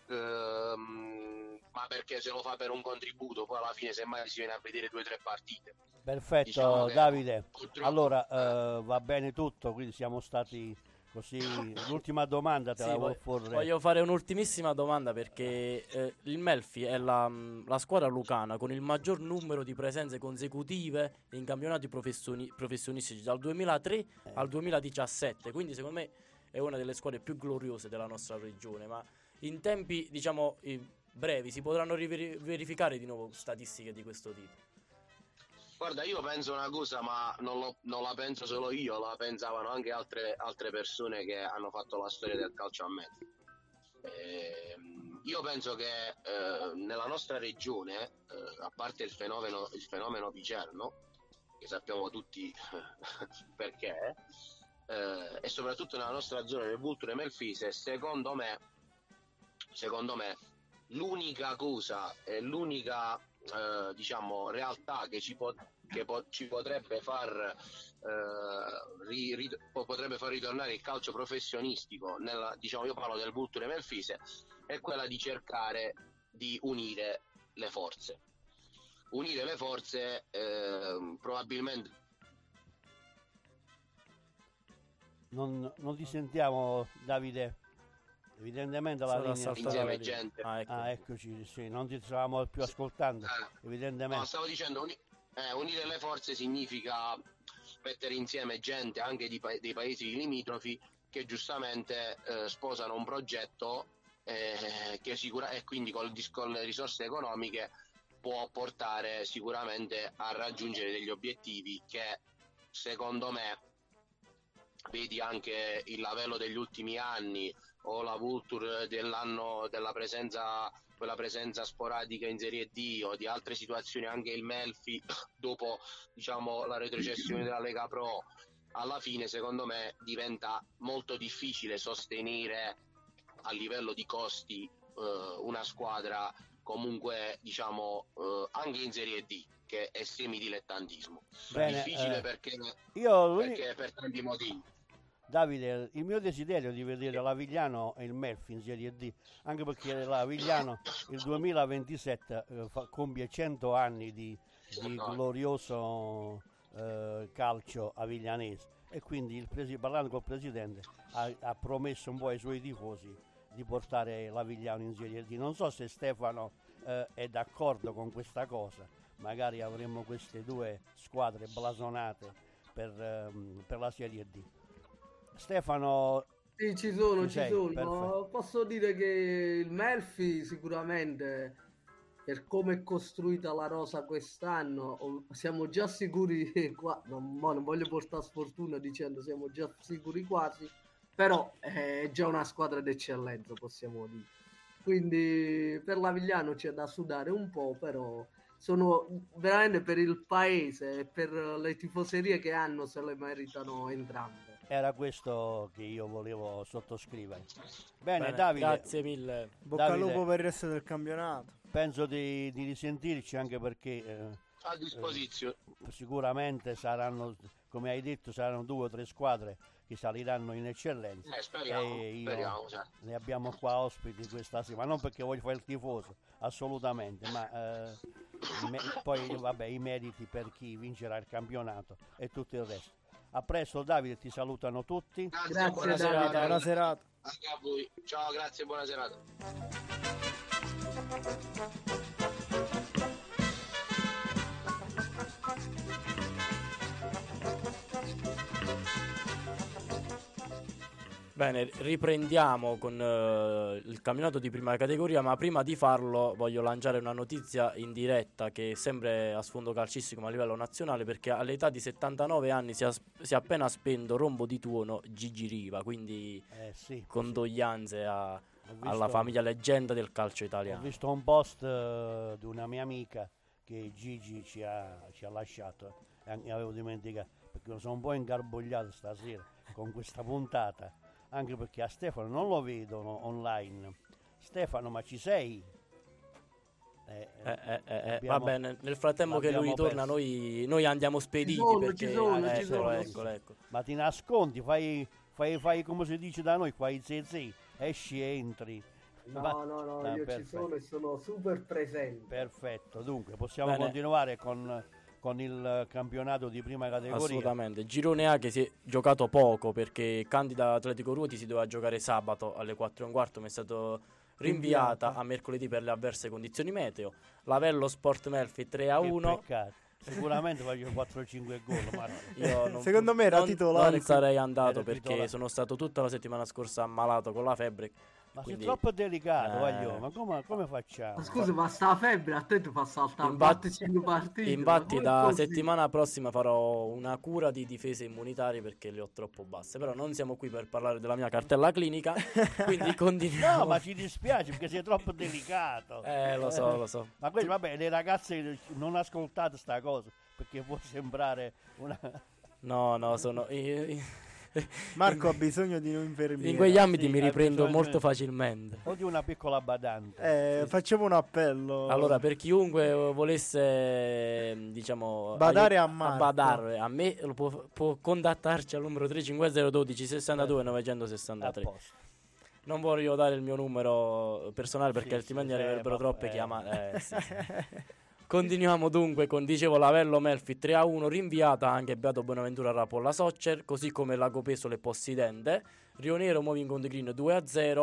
ehm, ma perché se lo fa per un contributo, poi alla fine semmai si viene a vedere due o tre partite. Perfetto, diciamo che, Davide, purtroppo... allora eh, va bene tutto, quindi siamo stati così. L'ultima domanda te sì, la voglio porre. Voglio fare un'ultimissima domanda perché eh, il Melfi è la, la squadra lucana con il maggior numero di presenze consecutive in campionati professioni, professionistici dal duemilatré eh. al duemiladiciassette, quindi secondo me è una delle squadre più gloriose della nostra regione, ma in tempi diciamo brevi si potranno river- verificare di nuovo statistiche di questo tipo? Guarda, io penso una cosa, ma non, lo, non la penso solo io, la pensavano anche altre, altre persone che hanno fatto la storia del calcio a Melfi. Eh, io penso che eh, nella nostra regione, eh, a parte il fenomeno, il fenomeno Picerno, che sappiamo tutti perché, eh, e soprattutto nella nostra zona del Vulture Melfise, secondo me, secondo me l'unica cosa e l'unica eh, diciamo realtà che ci può che po- ci potrebbe far eh, ri- ri- potrebbe far ritornare il calcio professionistico nella, diciamo, io parlo del Vulture Melfise, è quella di cercare di unire le forze unire le forze eh, probabilmente non, non ti sentiamo, Davide, Evidentemente la Sono linea... assaltato Insieme la linea. gente. Ah, ecco. Ah, eccoci, sì, non ti stavamo più ascoltando, Eh, evidentemente. no, stavo dicendo, uni- eh, unire le forze significa mettere insieme gente anche di pa- dei paesi limitrofi che giustamente eh, sposano un progetto eh, che sicura e quindi col dis- con le risorse economiche può portare sicuramente a raggiungere degli obiettivi che secondo me, vedi anche il Lavello degli ultimi anni o la Vulture dell'anno della presenza, quella presenza sporadica in Serie D, o di altre situazioni, anche il Melfi dopo, diciamo, la retrocessione della Lega Pro, alla fine secondo me diventa molto difficile sostenere a livello di costi eh, una squadra comunque, diciamo, eh, anche in Serie D, che è semidilettantismo. Bene, difficile eh, perché, io, lui- perché per tanti motivi. Davide, il mio desiderio è di vedere l'Avigliano e il Melfi in Serie D, anche perché l'Avigliano il duemilaventisette eh, fa- compie cento anni di, di glorioso eh, calcio aviglianese, e quindi il presi- parlando col presidente ha, ha promesso un po' ai suoi tifosi di portare l'Avigliano in Serie D. Non so se Stefano eh, è d'accordo con questa cosa, magari avremmo queste due squadre blasonate per, ehm, per la Serie D. Stefano, Sì, ci sono, ci ci sei? sono. Perfetto. Posso dire che il Melfi sicuramente, per come è costruita la rosa quest'anno, o- siamo già sicuri qua, non, mo non voglio portare sfortuna dicendo siamo già sicuri quasi, però è già una squadra d'eccellenza, possiamo dire. Quindi per l'Avigliano c'è da sudare un po', però sono veramente, per il paese e per le tifoserie che hanno, se le meritano entrambe. era questo che io volevo sottoscrivere. Bene, Bene, Davide, grazie mille. Bocca al Davide, lupo per il resto del campionato. penso di, di risentirci, anche perché eh, A disposizione. sicuramente saranno, come hai detto, saranno due o tre squadre che saliranno in eccellenza. Eh, speriamo, e io speriamo, cioè. ne abbiamo qua ospiti questa sera, ma non perché voglio fare il tifoso, assolutamente, ma eh, i me- poi vabbè, i meriti per chi vincerà il campionato e tutto il resto. A presto Davide, ti salutano tutti. Grazie, Grazie, buona Davide. serata. Buona serata. Anche a voi. Ciao, grazie, buona serata. Bene, riprendiamo con eh, il campionato di prima categoria, ma prima di farlo voglio lanciare una notizia in diretta che è sempre a sfondo calcistico ma a livello nazionale, perché all'età di settantanove anni si, è si è appena spento rombo di tuono Gigi Riva, quindi Eh, sì, condoglianze a- ho visto- alla famiglia leggenda del calcio Ho italiano. visto un post eh, di una mia amica che Gigi ci ha, ci ha lasciato, e anche- avevo dimenticato, perché sono un po' ingarbugliato stasera con questa puntata, anche perché a Stefano non lo vedono online. Stefano, ma ci sei? Eh, Eh, eh, eh, eh, abbiamo- va bene, nel frattempo che lui l'abbiamo torna perso. noi, noi andiamo spediti sono, perché ci sono, ah, ci eccolo, sono. eccolo, ecco. Ma ti nascondi, fai, fai, fai come si dice da noi, fai zezé, esci e entri. No, Va- no, no, Ah, io ci perfetto. sono e sono super presente. Perfetto, dunque possiamo Bene. continuare con, con il campionato di prima categoria. Assolutamente. Girone A che si è giocato poco perché Candida Atletico Ruoti si doveva giocare sabato alle quattro e un quarto, ma è stato rinviata Rinviata. a mercoledì per le avverse condizioni meteo. Lavello Sport Melfi tre a Che uno. peccato. Sicuramente faccio quattro o cinque gol, ma Io non, Secondo me era non- titolare, Non qui- sarei andato Era perché titolare. sono stato tutta la settimana scorsa ammalato con la febbre. Ma quindi- sei troppo delicato, Eh. Vaglio, ma come, come facciamo? Ma scusa, ma sta febbre a te ti fa saltare Infatti- quattro cinque partite. Infatti ma da come così? settimana prossima farò una cura di difese immunitarie perché le ho troppo basse. Però non siamo qui per parlare della mia cartella clinica, quindi continuiamo. No, ma ci dispiace perché sei troppo delicato. Eh, lo so, lo so. Ma questo, vabbè, le ragazze non ascoltate sta cosa perché può sembrare una... No, no, sono... io- io- Marco ha bisogno di un infermiere. in quegli ambiti sì, mi ha riprendo bisogno- molto facilmente. o di una piccola badante. Eh, facciamo un appello. Allora, per chiunque volesse, diciamo, Badare aiut- a Marco. badare a me, lo può, può contattarci al numero tre cinque zero uno due sessantadue a novecentosessantatré. posto. Non voglio dare il mio numero personale perché Sì, altrimenti sì, arriverebbero eh, troppe eh. chiamate. Eh, sì, sì. Continuiamo dunque con, dicevo, Lavello Melfi tre a uno, rinviata anche Beato Bonaventura Rapolla Soccer, così come Lago Pesole Possidente, Rio Nero Moving on the Green due a zero,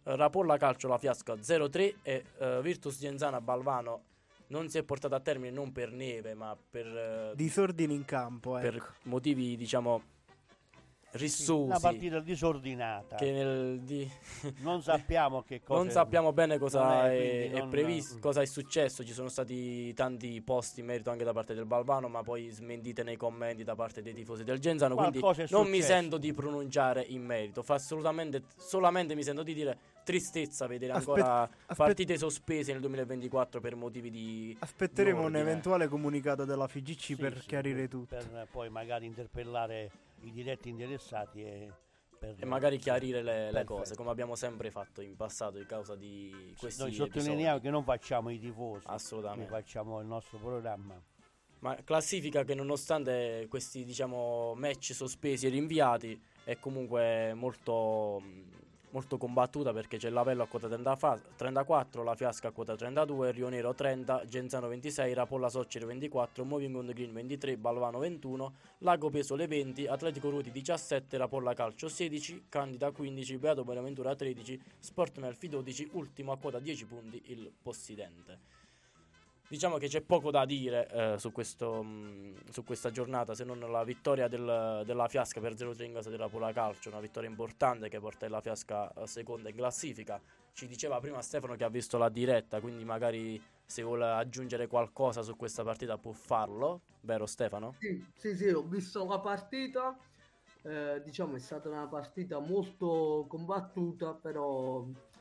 Rapolla Calcio La Fiasca zero tre e uh, Virtus Genzana Balvano non si è portato a termine non per neve ma per uh, disordini in campo, ecco. per motivi diciamo rissosi, una partita disordinata che nel, di... non sappiamo che cosa non sappiamo bene cosa è, è, è non... previsto, cosa è successo. Ci sono stati tanti posti in merito anche da parte del Balvano, ma poi smentite nei commenti da parte dei tifosi del Genzano, quindi non mi sento di pronunciare in merito. Fa assolutamente solamente mi sento di dire tristezza vedere ancora aspet- aspet- partite sospese nel duemilaventiquattro per motivi di aspetteremo un eventuale comunicato della F G C sì, per sì, chiarire per, tutto, per poi magari interpellare i diretti interessati e, per, e magari chiarire le, le cose come abbiamo sempre fatto in passato in causa di questi noi sottolineiamo episodi. Che non facciamo i tifosi, assolutamente, noi facciamo il nostro programma. Ma classifica che nonostante questi diciamo match sospesi e rinviati è comunque molto molto combattuta, perché c'è l'Avello a quota trentaquattro, la Fiasca a quota trentadue, Rio Nero trenta, Genzano ventisei, Rapolla Soccere ventiquattro, Moving on the Green ventitré, Balvano ventuno, Lago Pesole venti, Atletico Ruti diciassette, Rapolla Calcio sedici, Candida quindici, Beato Bonaventura tredici, Sport Melfi dodici, ultimo a quota dieci punti il Possidente. Diciamo che c'è poco da dire eh, su, questo, mh, su questa giornata, se non la vittoria del, della Fiasca per zero tre in casa della Rapolla Calcio, una vittoria importante che porta la Fiasca a seconda in classifica. Ci diceva prima Stefano che ha visto la diretta, quindi magari se vuole aggiungere qualcosa su questa partita può farlo, vero Stefano? Sì, sì, sì, ho visto la partita, eh, diciamo è stata una partita molto combattuta, però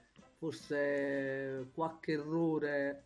forse qualche errore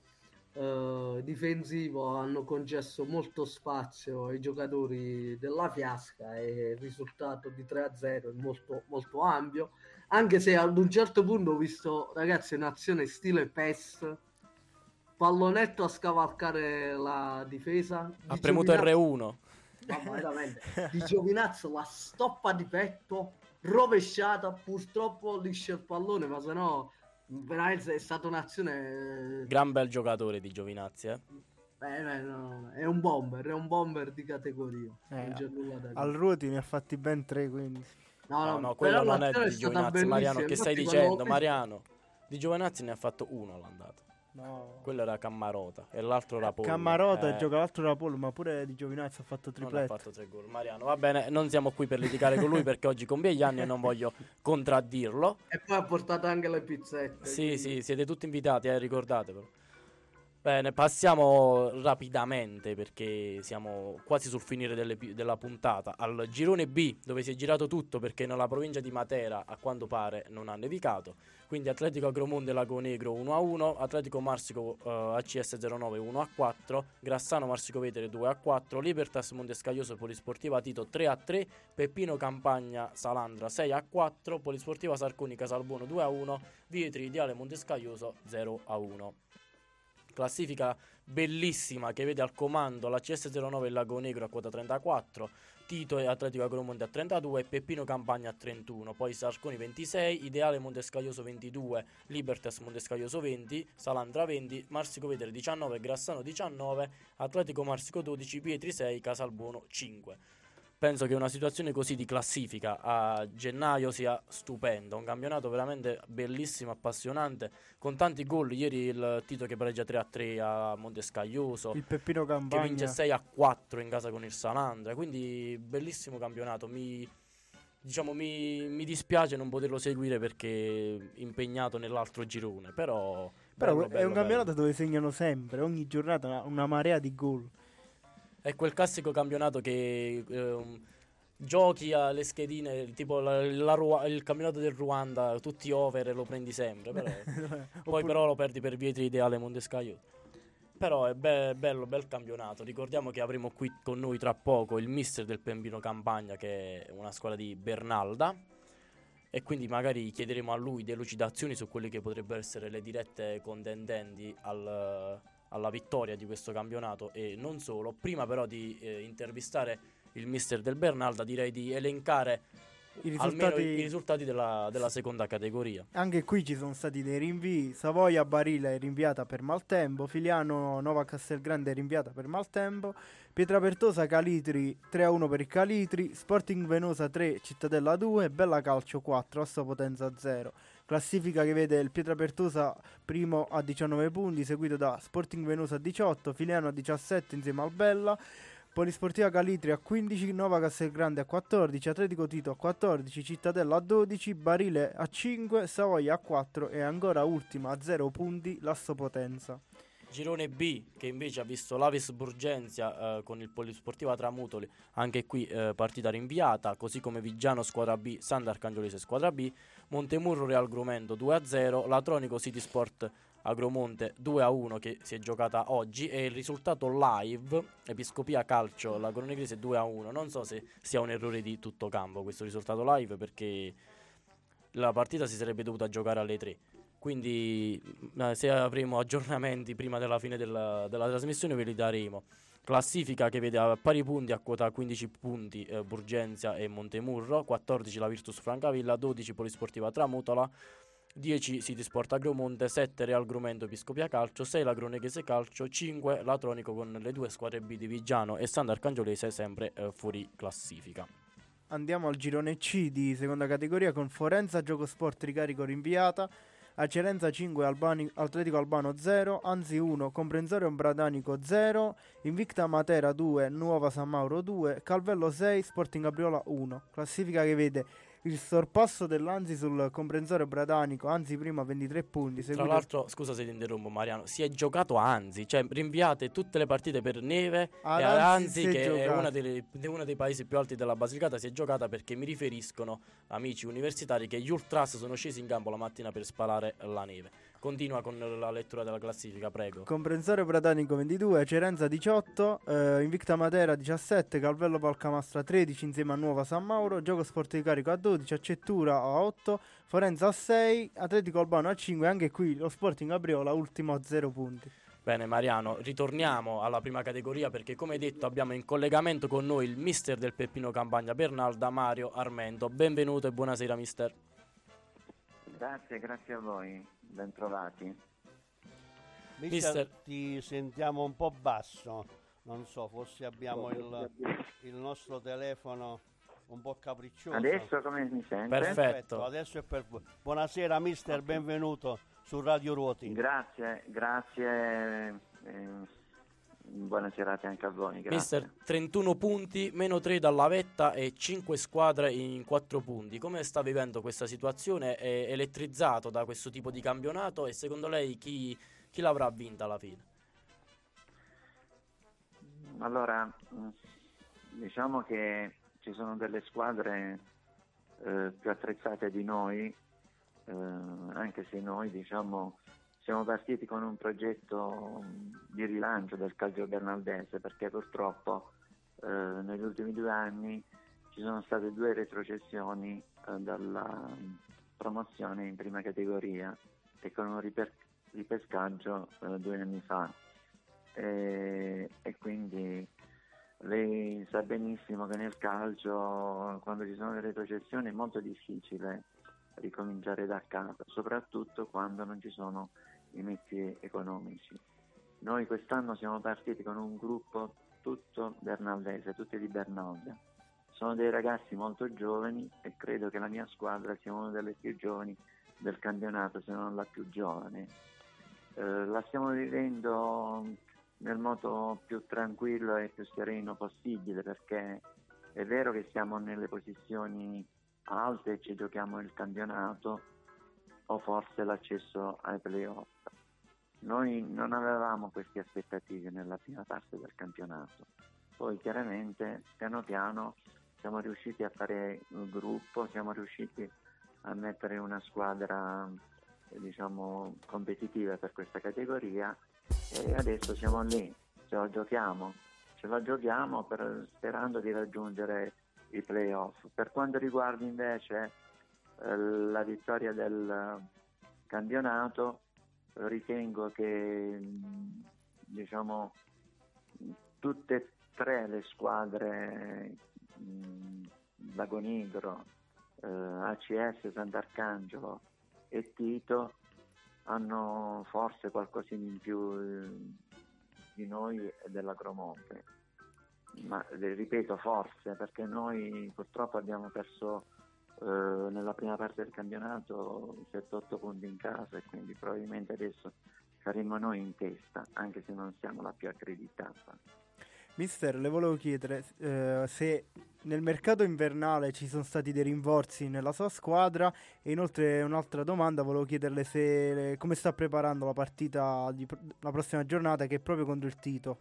Uh, difensivo hanno concesso molto spazio ai giocatori della Fiasca e il risultato di tre a zero è molto, molto ampio, anche se ad un certo punto ho visto, ragazzi, un'azione stile P E S, pallonetto a scavalcare la difesa, ha premuto R uno, ma veramente di Giovinazzo la stoppa di petto rovesciata, purtroppo liscia il pallone, ma se no veramente è stata un'azione. Gran bel giocatore di Giovinazzi, eh? Beh, beh, no, no, è un bomber, è un bomber di categoria. Eh, non c'è nulla da dire. al Ruoti ne ha fatti ben tre, quindi. No, no, no, no quello non è di Giovinazzi, Mariano. Che stai dicendo, quando... Mariano? Di Giovinazzi ne ha fatto uno all'andata. No. Quello era Cammarota e l'altro era Rapollo. Cammarota eh. gioca l'altro Rapollo, ma pure di Giovinazzi ha fatto triplette. Non ha fatto tre gol. Mariano, va bene, non siamo qui per litigare con lui perché oggi compie gli anni e non voglio contraddirlo. E poi ha portato anche le pizzette. Sì, quindi... sì, siete tutti invitati, eh, ricordatevelo. Bene, passiamo rapidamente perché siamo quasi sul finire delle, della puntata al girone B, dove si è girato tutto perché nella provincia di Matera a quanto pare non ha nevicato. Quindi Atletico Agromonte Lago Negro uno a uno, Atletico Marsico uh, A C S zero nove uno a quattro, Grassano Marsico Vetere due a quattro, Libertas Montescaglioso Polisportiva Tito tre a tre, Peppino Campagna Salandra sei a quattro, Polisportiva Sarconi Casalbuono due a uno, Vietri Ideale Montescaglioso zero a uno. Classifica bellissima che vede al comando la C S zero nove Lago Negro a quota trentaquattro, Tito e Atletico Agromonte a trentadue, Peppino Campagna a trentuno, poi Sarconi ventisei, Ideale Montescaglioso ventidue, Libertas Montescaglioso venti, Salandra venti, Marsico Vetere diciannove, Grassano diciannove, Atletico Marsico dodici, Pietri sei, Casalbuono cinque. Penso che una situazione così di classifica a gennaio sia stupenda, un campionato veramente bellissimo, appassionante, con tanti gol. Ieri il Tito che pareggia tre a tre a Montescaglioso, il Peppino Campagna che vince sei a quattro in casa con il Salandra, quindi bellissimo campionato. Mi, diciamo, mi, mi dispiace non poterlo seguire perché impegnato nell'altro girone, però, però bello, è bello, un campionato bello. Dove segnano sempre, ogni giornata una, una marea di gol. È quel classico campionato che ehm, giochi alle schedine tipo la, la Ru- il campionato del Ruanda, tutti over e lo prendi sempre, però. Poi Oppure... però lo perdi per Vietri Ideale Montescaglioso. Però è be- bello, bel campionato. Ricordiamo che avremo qui con noi tra poco il mister del Pembino Campagna, che è una squadra di Bernalda, e quindi magari chiederemo a lui delucidazioni su quelle che potrebbero essere le dirette contendenti al... alla vittoria di questo campionato e non solo. Prima però di eh, intervistare il mister del Bernalda direi di elencare I almeno risultati, i risultati della, della seconda categoria. Anche qui ci sono stati dei rinvii. Savoia Barile è rinviata per maltempo, Filiano Nova Castelgrande è rinviata per maltempo, Pietrapertosa Calitri tre a uno per il Calitri, Sporting Venosa tre Cittadella due, Bella Calcio quattro Asso Potenza zero. Classifica che vede il Pietrapertosa primo a diciannove punti, seguito da Sporting Venosa a diciotto, Filiano a diciassette insieme al Bella, Polisportiva Calitri a quindici, Nova Castelgrande a quattordici, Atletico Tito a quattordici, Cittadella a dodici, Barile a cinque, Savoia a quattro e ancora ultima a zero punti l'Asso Potenza. Girone B, che invece ha visto l'Avis Burgenzia eh, con il Polisportiva Tramutoli, anche qui eh, partita rinviata, così come Viggiano squadra B, Sant'Arcangiolese squadra B, Montemurro Real Grumento due a zero, Latronico City Sport Agromonte due a uno che si è giocata oggi, e il risultato live Episcopia Calcio Lagro Negrese due a uno. Non so se sia un errore di tutto campo questo risultato live, perché la partita si sarebbe dovuta giocare alle tre. Quindi eh, se avremo aggiornamenti prima della fine della, della trasmissione ve li daremo. Classifica che vede a pari punti, a quota quindici punti eh, Burgenzia e Montemurro, quattordici la Virtus Francavilla, dodici Polisportiva Tramutola, dieci City Sport Agromonte, sette Real Grumento Episcopia Calcio, sei Lagroneghese Calcio, cinque Latronico con le due squadre B di Viggiano e Sant'Arcangiolese sempre eh, fuori classifica. Andiamo al girone C di seconda categoria con Forenza Gioco Sport Ricarico rinviata, Acerenza cinque, Albani, Atletico Albano zero, Anzi uno, Comprensorio Bradanico zero, Invicta Matera due, Nuova San Mauro due, Calvello sei, Sporting Gabriola uno. Classifica che vede il sorpasso dell'Anzi sul Comprensorio Bradanico, Anzi prima ventitré punti. Tra l'altro, scusa se ti interrompo Mariano, si è giocato a Anzi, cioè rinviate tutte le partite per neve ad e ad Anzi, Anzi, che giocato. è una delle, uno dei paesi più alti della Basilicata, si è giocata, perché mi riferiscono amici universitari che gli Ultras sono scesi in campo la mattina per spalare la neve. Continua con la lettura della classifica, prego. Comprensorio Bradanico ventidue, Cerenza diciotto, eh, Invicta Matera diciassette, Calvello Palcamastra tredici insieme a Nuova San Mauro, Gioco Sport di Carico a dodici, Accettura a otto, Forenza a sei, Atletico Albano a cinque, anche qui lo Sporting Gabriola ultimo a zero punti. Bene Mariano, ritorniamo alla prima categoria, perché come detto abbiamo in collegamento con noi il mister del Peppino Campagna Bernalda, Mario Armento. Benvenuto e buonasera mister. Grazie, grazie a voi, bentrovati. Mister, Mister. ti sentiamo un po' basso, non so, forse abbiamo il, il nostro telefono un po' capriccioso. Adesso come mi sente? Perfetto. Adesso è per voi. Buonasera mister, benvenuto su Radio Ruoti. Grazie, grazie, eh, buona serata anche a voi. Grazie. Mister, trentuno punti, meno tre dalla vetta e cinque squadre in quattro punti. Come sta vivendo questa situazione? È elettrizzato da questo tipo di campionato e secondo lei chi, chi l'avrà vinta alla fine? Allora, diciamo che ci sono delle squadre eh, più attrezzate di noi, eh, anche se noi diciamo siamo partiti con un progetto di rilancio del calcio bernaldese, perché purtroppo eh, negli ultimi due anni ci sono state due retrocessioni eh, dalla promozione in prima categoria e con un riper- ripescaggio eh, due anni fa. E, e quindi lei sa benissimo che nel calcio, quando ci sono le retrocessioni, è molto difficile ricominciare da capo, soprattutto quando non ci sono i mezzi economici. Noi quest'anno siamo partiti con un gruppo tutto bernaldese, tutti di Bernalda. Sono dei ragazzi molto giovani e credo che la mia squadra sia una delle più giovani del campionato, se non la più giovane. Eh, la stiamo vivendo nel modo più tranquillo e più sereno possibile, perché è vero che siamo nelle posizioni alte e ci giochiamo il campionato o forse l'accesso ai playoff. Noi non avevamo queste aspettative nella prima parte del campionato, poi chiaramente piano piano siamo riusciti a fare un gruppo, siamo riusciti a mettere una squadra diciamo competitiva per questa categoria e adesso siamo lì, ce la giochiamo, ce la giochiamo per, sperando di raggiungere i playoff. Per quanto riguarda invece eh, la vittoria del campionato, ritengo che diciamo tutte e tre le squadre mh, Lago Nigro, eh, A C S Sant'Arcangelo e Tito hanno forse qualcosina in più eh, di noi e della Cromonte, ma eh, ripeto forse, perché noi purtroppo abbiamo perso eh, nella prima parte del campionato sette otto punti in casa, e quindi probabilmente adesso saremmo noi in testa, anche se non siamo la più accreditata. Mister, le volevo chiedere eh, se nel mercato invernale ci sono stati dei rinforzi nella sua squadra, e inoltre un'altra domanda, volevo chiederle se come sta preparando la partita di la prossima giornata, che è proprio contro il Tito.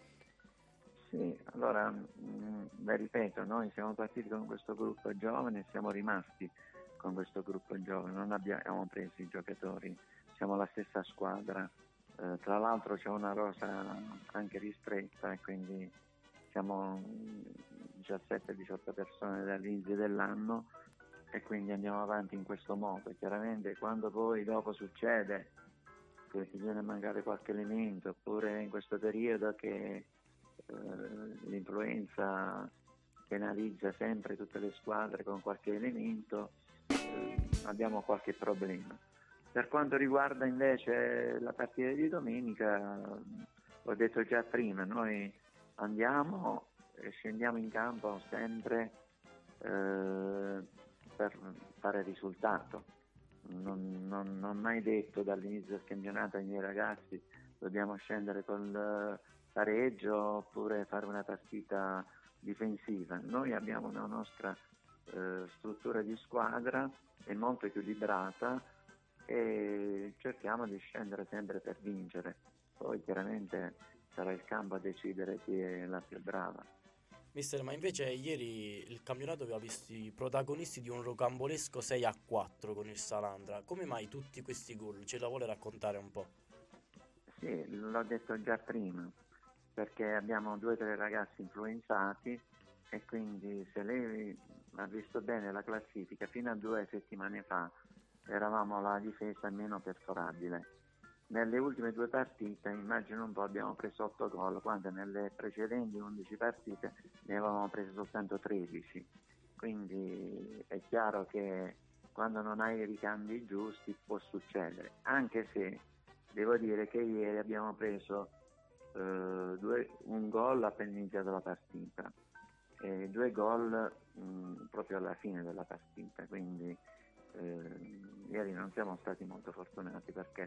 Sì, allora, mh, beh, ripeto, noi siamo partiti con questo gruppo giovane e siamo rimasti con questo gruppo giovane, non abbiamo preso i giocatori, siamo la stessa squadra. Eh, tra l'altro c'è una rosa anche ristretta, e quindi siamo diciassette diciotto persone dall'inizio dell'anno, e quindi andiamo avanti in questo modo. Chiaramente quando poi dopo succede che ti viene a mancare qualche elemento, oppure in questo periodo che eh, l'influenza penalizza sempre tutte le squadre con qualche elemento, eh, abbiamo qualche problema. Per quanto riguarda invece la partita di domenica, l'ho detto già prima, noi andiamo e scendiamo in campo sempre eh, per fare risultato. Non, non, non ho mai detto dall'inizio del campionato ai miei ragazzi dobbiamo scendere col pareggio oppure fare una partita difensiva. Noi abbiamo una nostra eh, struttura di squadra, è molto equilibrata, e cerchiamo di scendere sempre per vincere. Poi chiaramente sarà il campo a decidere chi è la più brava. Mister, ma invece ieri il campionato aveva visto i protagonisti di un rocambolesco sei a quattro con il Salandra. Come mai tutti questi gol? Ce la vuole raccontare un po'? Sì, l'ho detto già prima, perché abbiamo due o tre ragazzi influenzati, e quindi se lei ha visto bene la classifica, fino a due settimane fa eravamo la difesa meno perforabile. Nelle ultime due partite, immagino un po', abbiamo preso otto gol, quando nelle precedenti undici partite ne avevamo prese soltanto tredici. Quindi è chiaro che quando non hai i ricambi giusti può succedere, anche se devo dire che ieri abbiamo preso eh, due, un gol appena iniziata la partita e due gol mh, proprio alla fine della partita, quindi Eh, ieri non siamo stati molto fortunati, perché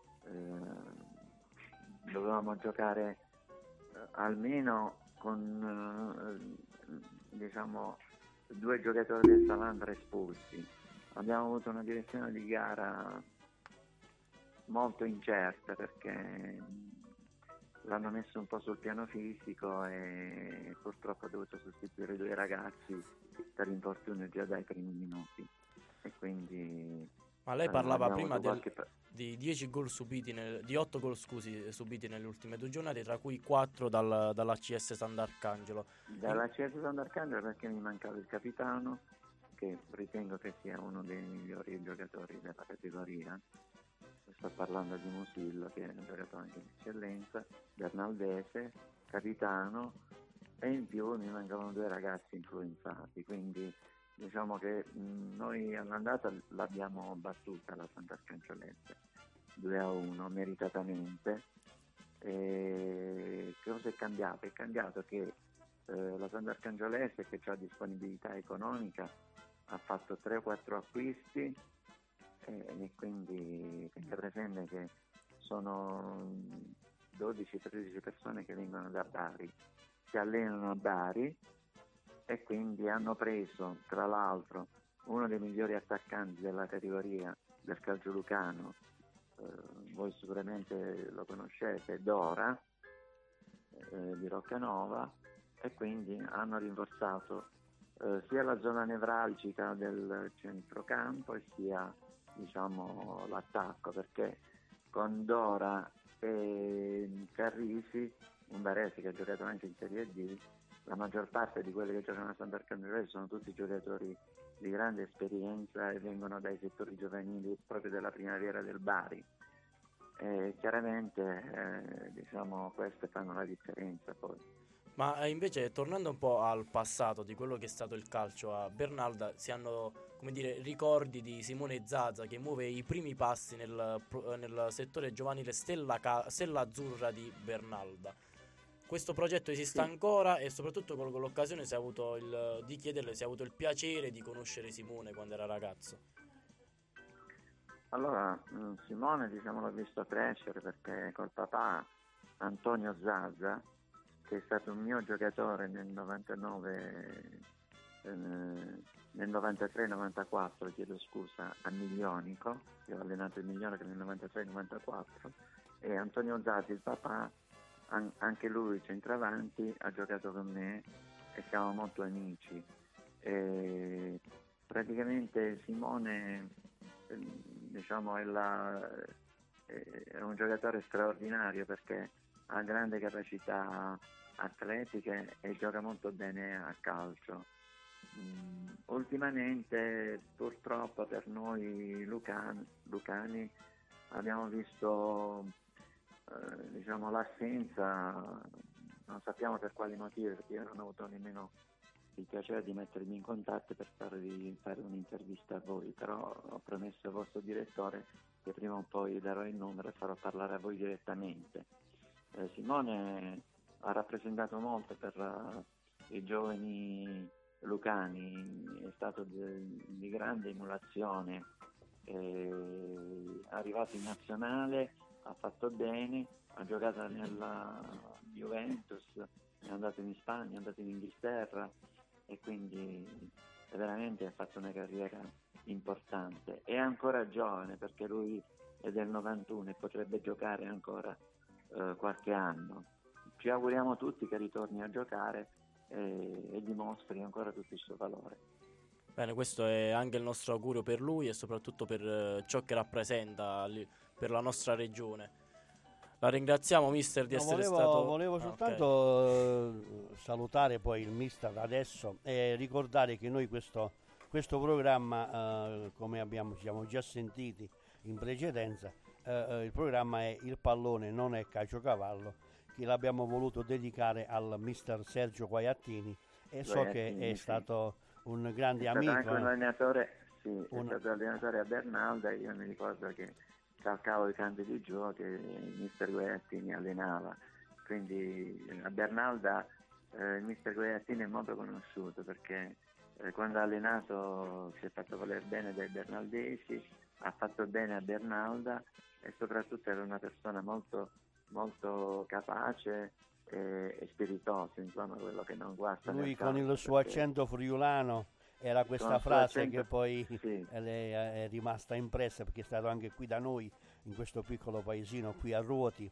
eh, dovevamo giocare eh, almeno con eh, diciamo due giocatori del Salandra espulsi. Abbiamo avuto una direzione di gara molto incerta, perché l'hanno messo un po' sul piano fisico e purtroppo ha dovuto sostituire due ragazzi per infortunio già dai primi minuti. E quindi ma lei parlava eh, prima del, qualche... di dieci gol subiti nel, di otto gol scusi subiti nelle ultime due giornate, tra cui quattro dal, dall'A C S Sant'Arcangelo. Dall'A C S Sant'Arcangelo perché mi mancava il capitano, che ritengo che sia uno dei migliori giocatori della categoria. Sto parlando di Musillo, che è un giocatore anche in eccellenza, Bernaldese, capitano, e in più mi mancavano due ragazzi influenzati, quindi diciamo che mh, noi all'andata l'abbiamo battuta la Sant'Arcangiolese due a uno meritatamente. E cosa è cambiato? È cambiato che eh, la Sant'Arcangiolese, che ha disponibilità economica, ha fatto tre o quattro acquisti, eh, e quindi tenga presente che sono dodici tredici persone che vengono da Bari, si allenano a Bari, e quindi hanno preso tra l'altro uno dei migliori attaccanti della categoria del calcio lucano, eh, voi sicuramente lo conoscete, Dora, eh, di Roccanova, e quindi hanno rinforzato eh, sia la zona nevralgica del centrocampo e sia diciamo l'attacco, perché con Dora e Carrisi, un barese che ha giocato anche in Serie D, la maggior parte di quelli che giocano a Sant'Arcangelo sono tutti giocatori di grande esperienza e vengono dai settori giovanili proprio della primavera del Bari. E chiaramente eh, diciamo queste fanno la differenza poi. Ma eh, invece, tornando un po' al passato di quello che è stato il calcio a Bernalda, si hanno, come dire, ricordi di Simone Zaza che muove i primi passi nel, pro- nel settore giovanile Stella, Ca- Stella Azzurra di Bernalda. Questo progetto esiste Sì. ancora, e soprattutto colgo l'occasione se ha avuto il, di chiederle se ha avuto il piacere di conoscere Simone quando era ragazzo. Allora, mh, Simone, diciamo, l'ho visto crescere perché col papà Antonio Zaza, che è stato un mio giocatore nel novantanove, eh, nel novantatré novantaquattro, chiedo scusa, a Miglionico, io ho allenato il Miglionico nel novantatré novantaquattro, e Antonio Zaza, il papà, an- anche lui centravanti, ha giocato con me e siamo molto amici. E praticamente Simone, eh, diciamo, è, la, è un giocatore straordinario perché ha grande capacità atletiche e gioca molto bene a calcio. Mm, ultimamente purtroppo per noi lucani, lucani abbiamo visto eh, diciamo, l'assenza, non sappiamo per quali motivi, perché io non ho avuto nemmeno il piacere di mettermi in contatto per farvi fare un'intervista a voi, però ho promesso al vostro direttore che prima o poi darò il numero e farò parlare a voi direttamente. Eh, Simone ha rappresentato molto per uh, i giovani lucani, è stato di, di grande emulazione, è arrivato in nazionale, ha fatto bene, ha giocato nella Juventus, è andato in Spagna, è andato in Inghilterra e quindi veramente ha fatto una carriera importante. È ancora giovane perché lui è del novantuno e potrebbe giocare ancora eh, qualche anno. Ci auguriamo tutti che ritorni a giocare e, e dimostri ancora tutto il suo valore. Bene, questo è anche il nostro augurio per lui e soprattutto per eh, ciò che rappresenta li- per la nostra regione. La ringraziamo, mister, di No, essere volevo, stato... volevo Ah, soltanto ok. eh, salutare poi il mister adesso e ricordare che noi questo, questo programma, eh, come abbiamo, ci siamo già sentiti in precedenza, eh, eh, il programma è Il pallone non è calciocavallo, che l'abbiamo voluto dedicare al mister Sergio Guaiattini e so che Guaiattini, è sì. stato un grande È stato amico. anche un eh. allenatore, sì, Un- è stato allenatore a Bernalda. Io mi ricordo che calcavo i campi di gioco che il mister Guaiattini allenava, quindi a Bernalda eh, il mister Guaiattini è molto conosciuto perché eh, quando ha allenato si è fatto voler bene dai bernaldesi, ha fatto bene a Bernalda e soprattutto era una persona molto, molto capace e, e spiritoso, insomma, quello che non guasta Lui nel con calcio, il suo perché- accento friulano era questa Con il suo frase accento- che poi sì. eh, le è rimasta impressa perché è stato anche qui da noi in questo piccolo paesino qui a Ruoti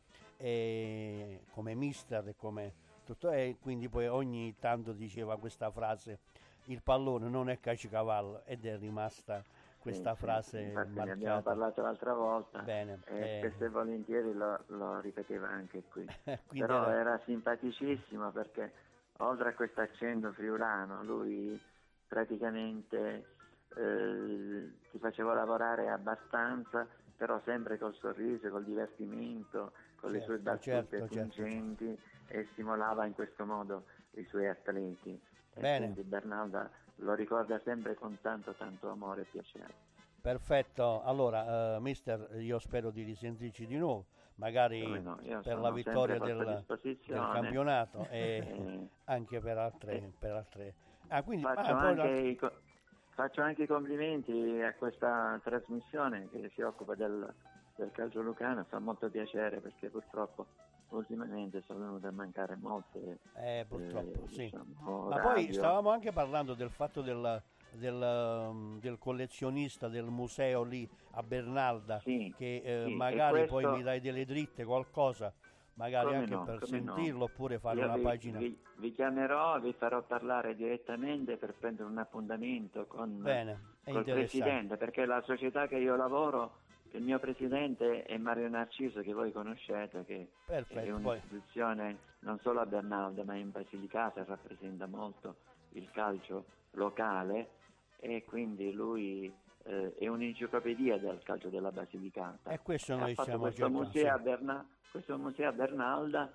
e come mister e come tutto, e quindi poi ogni tanto diceva questa frase: il pallone non è calciocavallo, ed è rimasta questa Sì, sì, frase infatti ne abbiamo marcata. parlato l'altra volta. Bene, e eh. spesso e volentieri lo, lo ripeteva anche qui. Quindi Però era- era simpaticissimo perché oltre a questo accento friulano lui praticamente eh, ti faceva lavorare abbastanza, però sempre col sorriso, col divertimento, con le sue Certo, battute certo, certo. pungenti, e stimolava in questo modo i suoi atleti. E Bene. quindi Bernalda lo ricorda sempre con tanto tanto amore e piacere. Perfetto, allora eh, mister, io spero di risentirci di nuovo, magari Come no, io per sono la vittoria sempre a vostra del, del disposizione. campionato e Eh, anche per altre, eh, per altre... Ah, quindi, faccio, ah, poi anche l'altro- i, co- faccio anche i complimenti a questa trasmissione che si occupa del, del calcio lucano, fa molto piacere perché purtroppo ultimamente sono venute a mancare molte eh, purtroppo eh, sì. diciamo, Ma poi radio. stavamo anche parlando del fatto del, del, um, del collezionista del museo lì a Bernalda, Sì, che eh, sì, e magari questo- poi mi dai delle dritte, qualcosa, magari Come anche no, per come no. sentirlo oppure fare Io una vi, pagina. Vi, vi chiamerò, vi farò parlare direttamente per prendere un appuntamento con Bene, è col interessante. presidente, perché la società che io lavoro, il mio presidente è Mario Narciso, che voi conoscete, che Perfetto, è poi. un'istituzione non solo a Bernalda ma in Basilicata e rappresenta molto il calcio locale, e quindi lui eh, è un'enciclopedia del calcio della Basilicata. E questo E noi ha fatto siamo questo cercando, museo, sì. a Berna- questo museo a Bernalda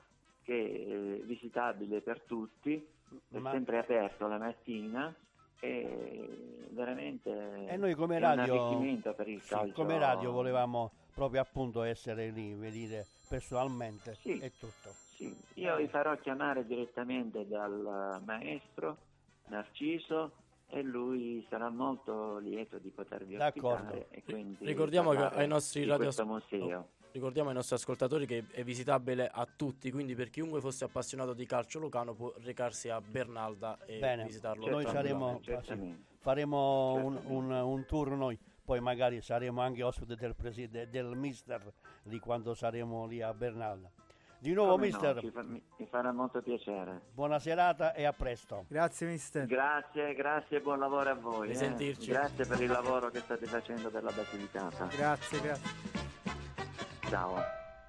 che è visitabile per tutti, è Ma- sempre aperto la mattina e veramente E noi come è radio, un arricchimento per il sì, calcio. come radio volevamo proprio appunto essere lì, vedere personalmente, Sì. è tutto. Sì, io vi farò chiamare direttamente dal maestro Narciso e lui sarà molto lieto di potervi D'accordo. ospitare e quindi Ricordiamo che parlare ai nostri di radio- questo museo. Ricordiamo ai nostri ascoltatori che è visitabile a tutti, quindi per chiunque fosse appassionato di calcio lucano può recarsi a Bernalda e Bene, visitarlo. noi tranquillamente. saremo, Certamente. faremo un, Certamente. un- un tour noi, poi magari saremo anche ospite del, preside, del mister di quando saremo lì a Bernalda. Di nuovo Come no, mister, ci fa- mi, mi farà molto piacere. buona serata e a presto. Grazie mister. Grazie, grazie e buon lavoro a voi. eh. Risentirci. Grazie per il lavoro che state facendo per la Basilicata. Grazie, grazie. Ciao.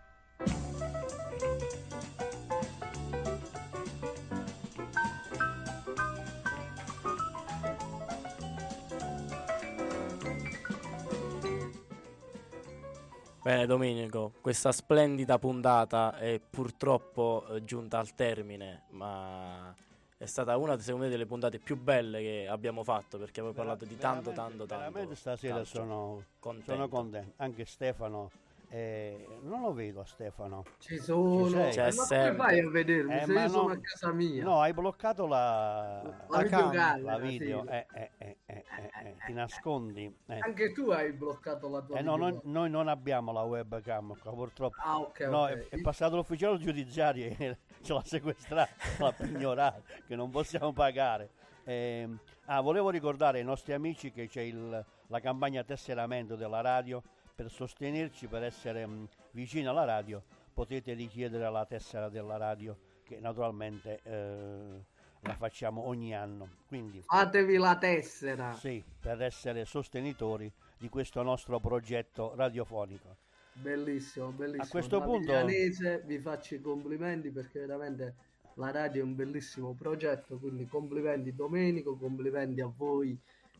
Bene Domenico, questa splendida puntata è purtroppo eh, giunta al termine, ma è stata una secondo me delle puntate più belle che abbiamo fatto, perché abbiamo parlato di tanto Veramente- tanto tanto Veramente stasera calcio. sono Contento. sono contento. Anche Stefano, eh, non lo vedo a Stefano. Ci sono. Ci sei? C'è Eh, ma come sempre. fai a vedermi Eh, se ma io sono non- a casa mia? No, hai bloccato la, La videocamera, la video, sì. eh, eh, eh, eh, eh, eh, ti nascondi. eh. Anche tu hai bloccato la tua Eh, no, noi, videocamera. noi non abbiamo la webcam qua, purtroppo. Ah, ok, No, ok. è, è passato l'ufficiale giudiziario e ce l'ha sequestrata, l'ha pignorata, che non possiamo pagare. Ehm, ah, volevo ricordare ai nostri amici che c'è il- la campagna tesseramento della radio. Per sostenerci, per essere mh, vicini alla radio, potete richiedere la tessera della radio, che naturalmente eh, la facciamo ogni anno. Quindi, Fatevi la tessera. sì, per essere sostenitori di questo nostro progetto radiofonico. Bellissimo, bellissimo. A questo Da punto- Milanese vi faccio i complimenti perché veramente la radio è un bellissimo progetto, quindi complimenti Domenico, complimenti a voi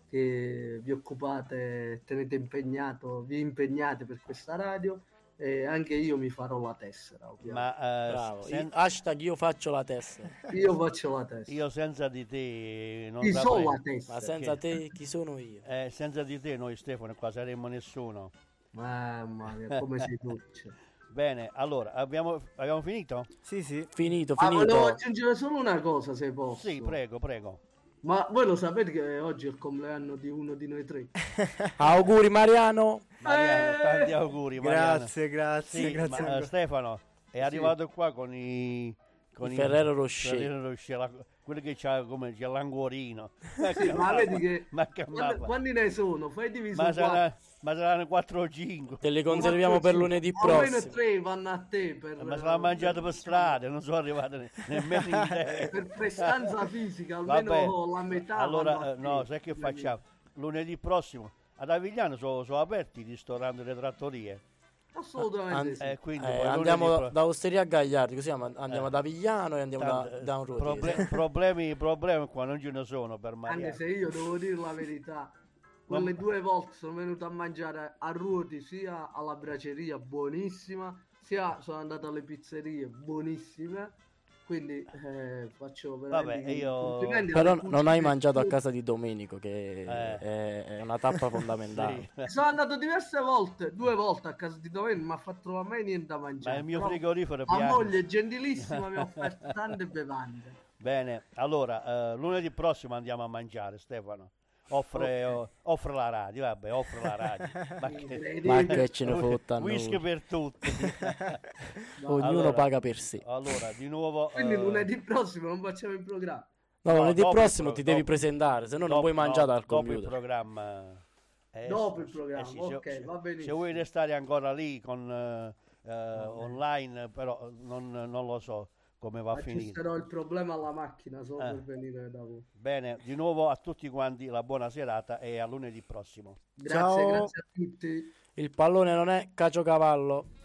che vi occupate, tenete impegnato, vi impegnate per questa radio e anche io mi farò la tessera, ovviamente. Ma eh, Bravo, sen- Io- hashtag io faccio la testa, Io faccio la tessera. io senza di te non Io so saprei. la tessera. ma senza te chi sono io? Eh, senza di te noi Stefano qua saremmo nessuno. Mamma mia, come sei dolce. Bene, allora abbiamo, abbiamo finito? Sì, sì. Finito, Ma volevo finito. aggiungere solo una cosa se posso. Sì, prego, prego. Ma voi lo sapete che oggi è il compleanno di uno di noi tre? Auguri Mariano. Mariano, Eh! tanti auguri. Mariano. Grazie, grazie, Sì, grazie. ma, eh, ancora. Stefano è arrivato qua con i con I Ferrero Rocher. Ferrero Rocher, la- quelli che c'ha come c'è l'anguorino. Sì, ma vedi che ma che quanti, mamma. quanti ne sono? Fai diviso Ma, quattro. sarà, ma saranno quattro o cinque. Te le conserviamo per lunedì Almeno prossimo. tre vanno a te per, Ma se l'ha mangiato per strada, non sono arrivato ne- nemmeno in te. per prestanza fisica, almeno Vabbè, la metà. allora, vanno a eh, te. no, sai che facciamo? Lunedì prossimo ad Avigliano sono, sono aperti i ristoranti e le trattorie. Assolutamente An- sì. Eh, quindi Eh, poi andiamo lunedì da, pro- da Osteria a Gagliardi, così am- andiamo Eh. da Avigliano e andiamo da, Tanto, da un ruolo. proble- problemi, problemi qua non ce ne sono per Anche Mariano. se io devo dire la verità, quelle due volte sono venuto a mangiare a Ruoti sia alla braceria buonissima, sia sono andato alle pizzerie buonissime. Quindi eh, faccio veramente Vabbè, io- complimenti Però alle non hai cucine. mangiato a casa di Domenico, che Eh. è, è una tappa fondamentale. Sì. Sono andato diverse volte, due volte a casa di Domenico, non mi ha fatto trovare mai niente da Ma mangiare. il mio Però frigorifero è la pieno. moglie è gentilissima, mi ha offerto tante bevande. Bene, allora eh, lunedì prossimo andiamo a mangiare, Stefano. Offre, Ok. o- offre la radio, vabbè, offre la radio. Ma che, Ma che ce ne fotta a whisky noi. per tutti. Ognuno Allora- paga per sé. Allora, di nuovo... Quindi eh, lunedì prossimo non facciamo il programma. No, no, lunedì dopo il prossimo pro- ti devi dopo- presentare, se no non dopo- puoi mangiare no, al dopo il computer. programma. eh, Dopo il sì, programma, sì, ok, se, va se benissimo. vuoi restare ancora lì con eh, eh, online, però non, non lo so come va a Ma ci finire. sarò il problema alla macchina solo Eh. per venire da voi. Bene, di nuovo a tutti quanti la buona serata e a lunedì prossimo. Grazie, Ciao. grazie a tutti. Il pallone non è caciocavallo.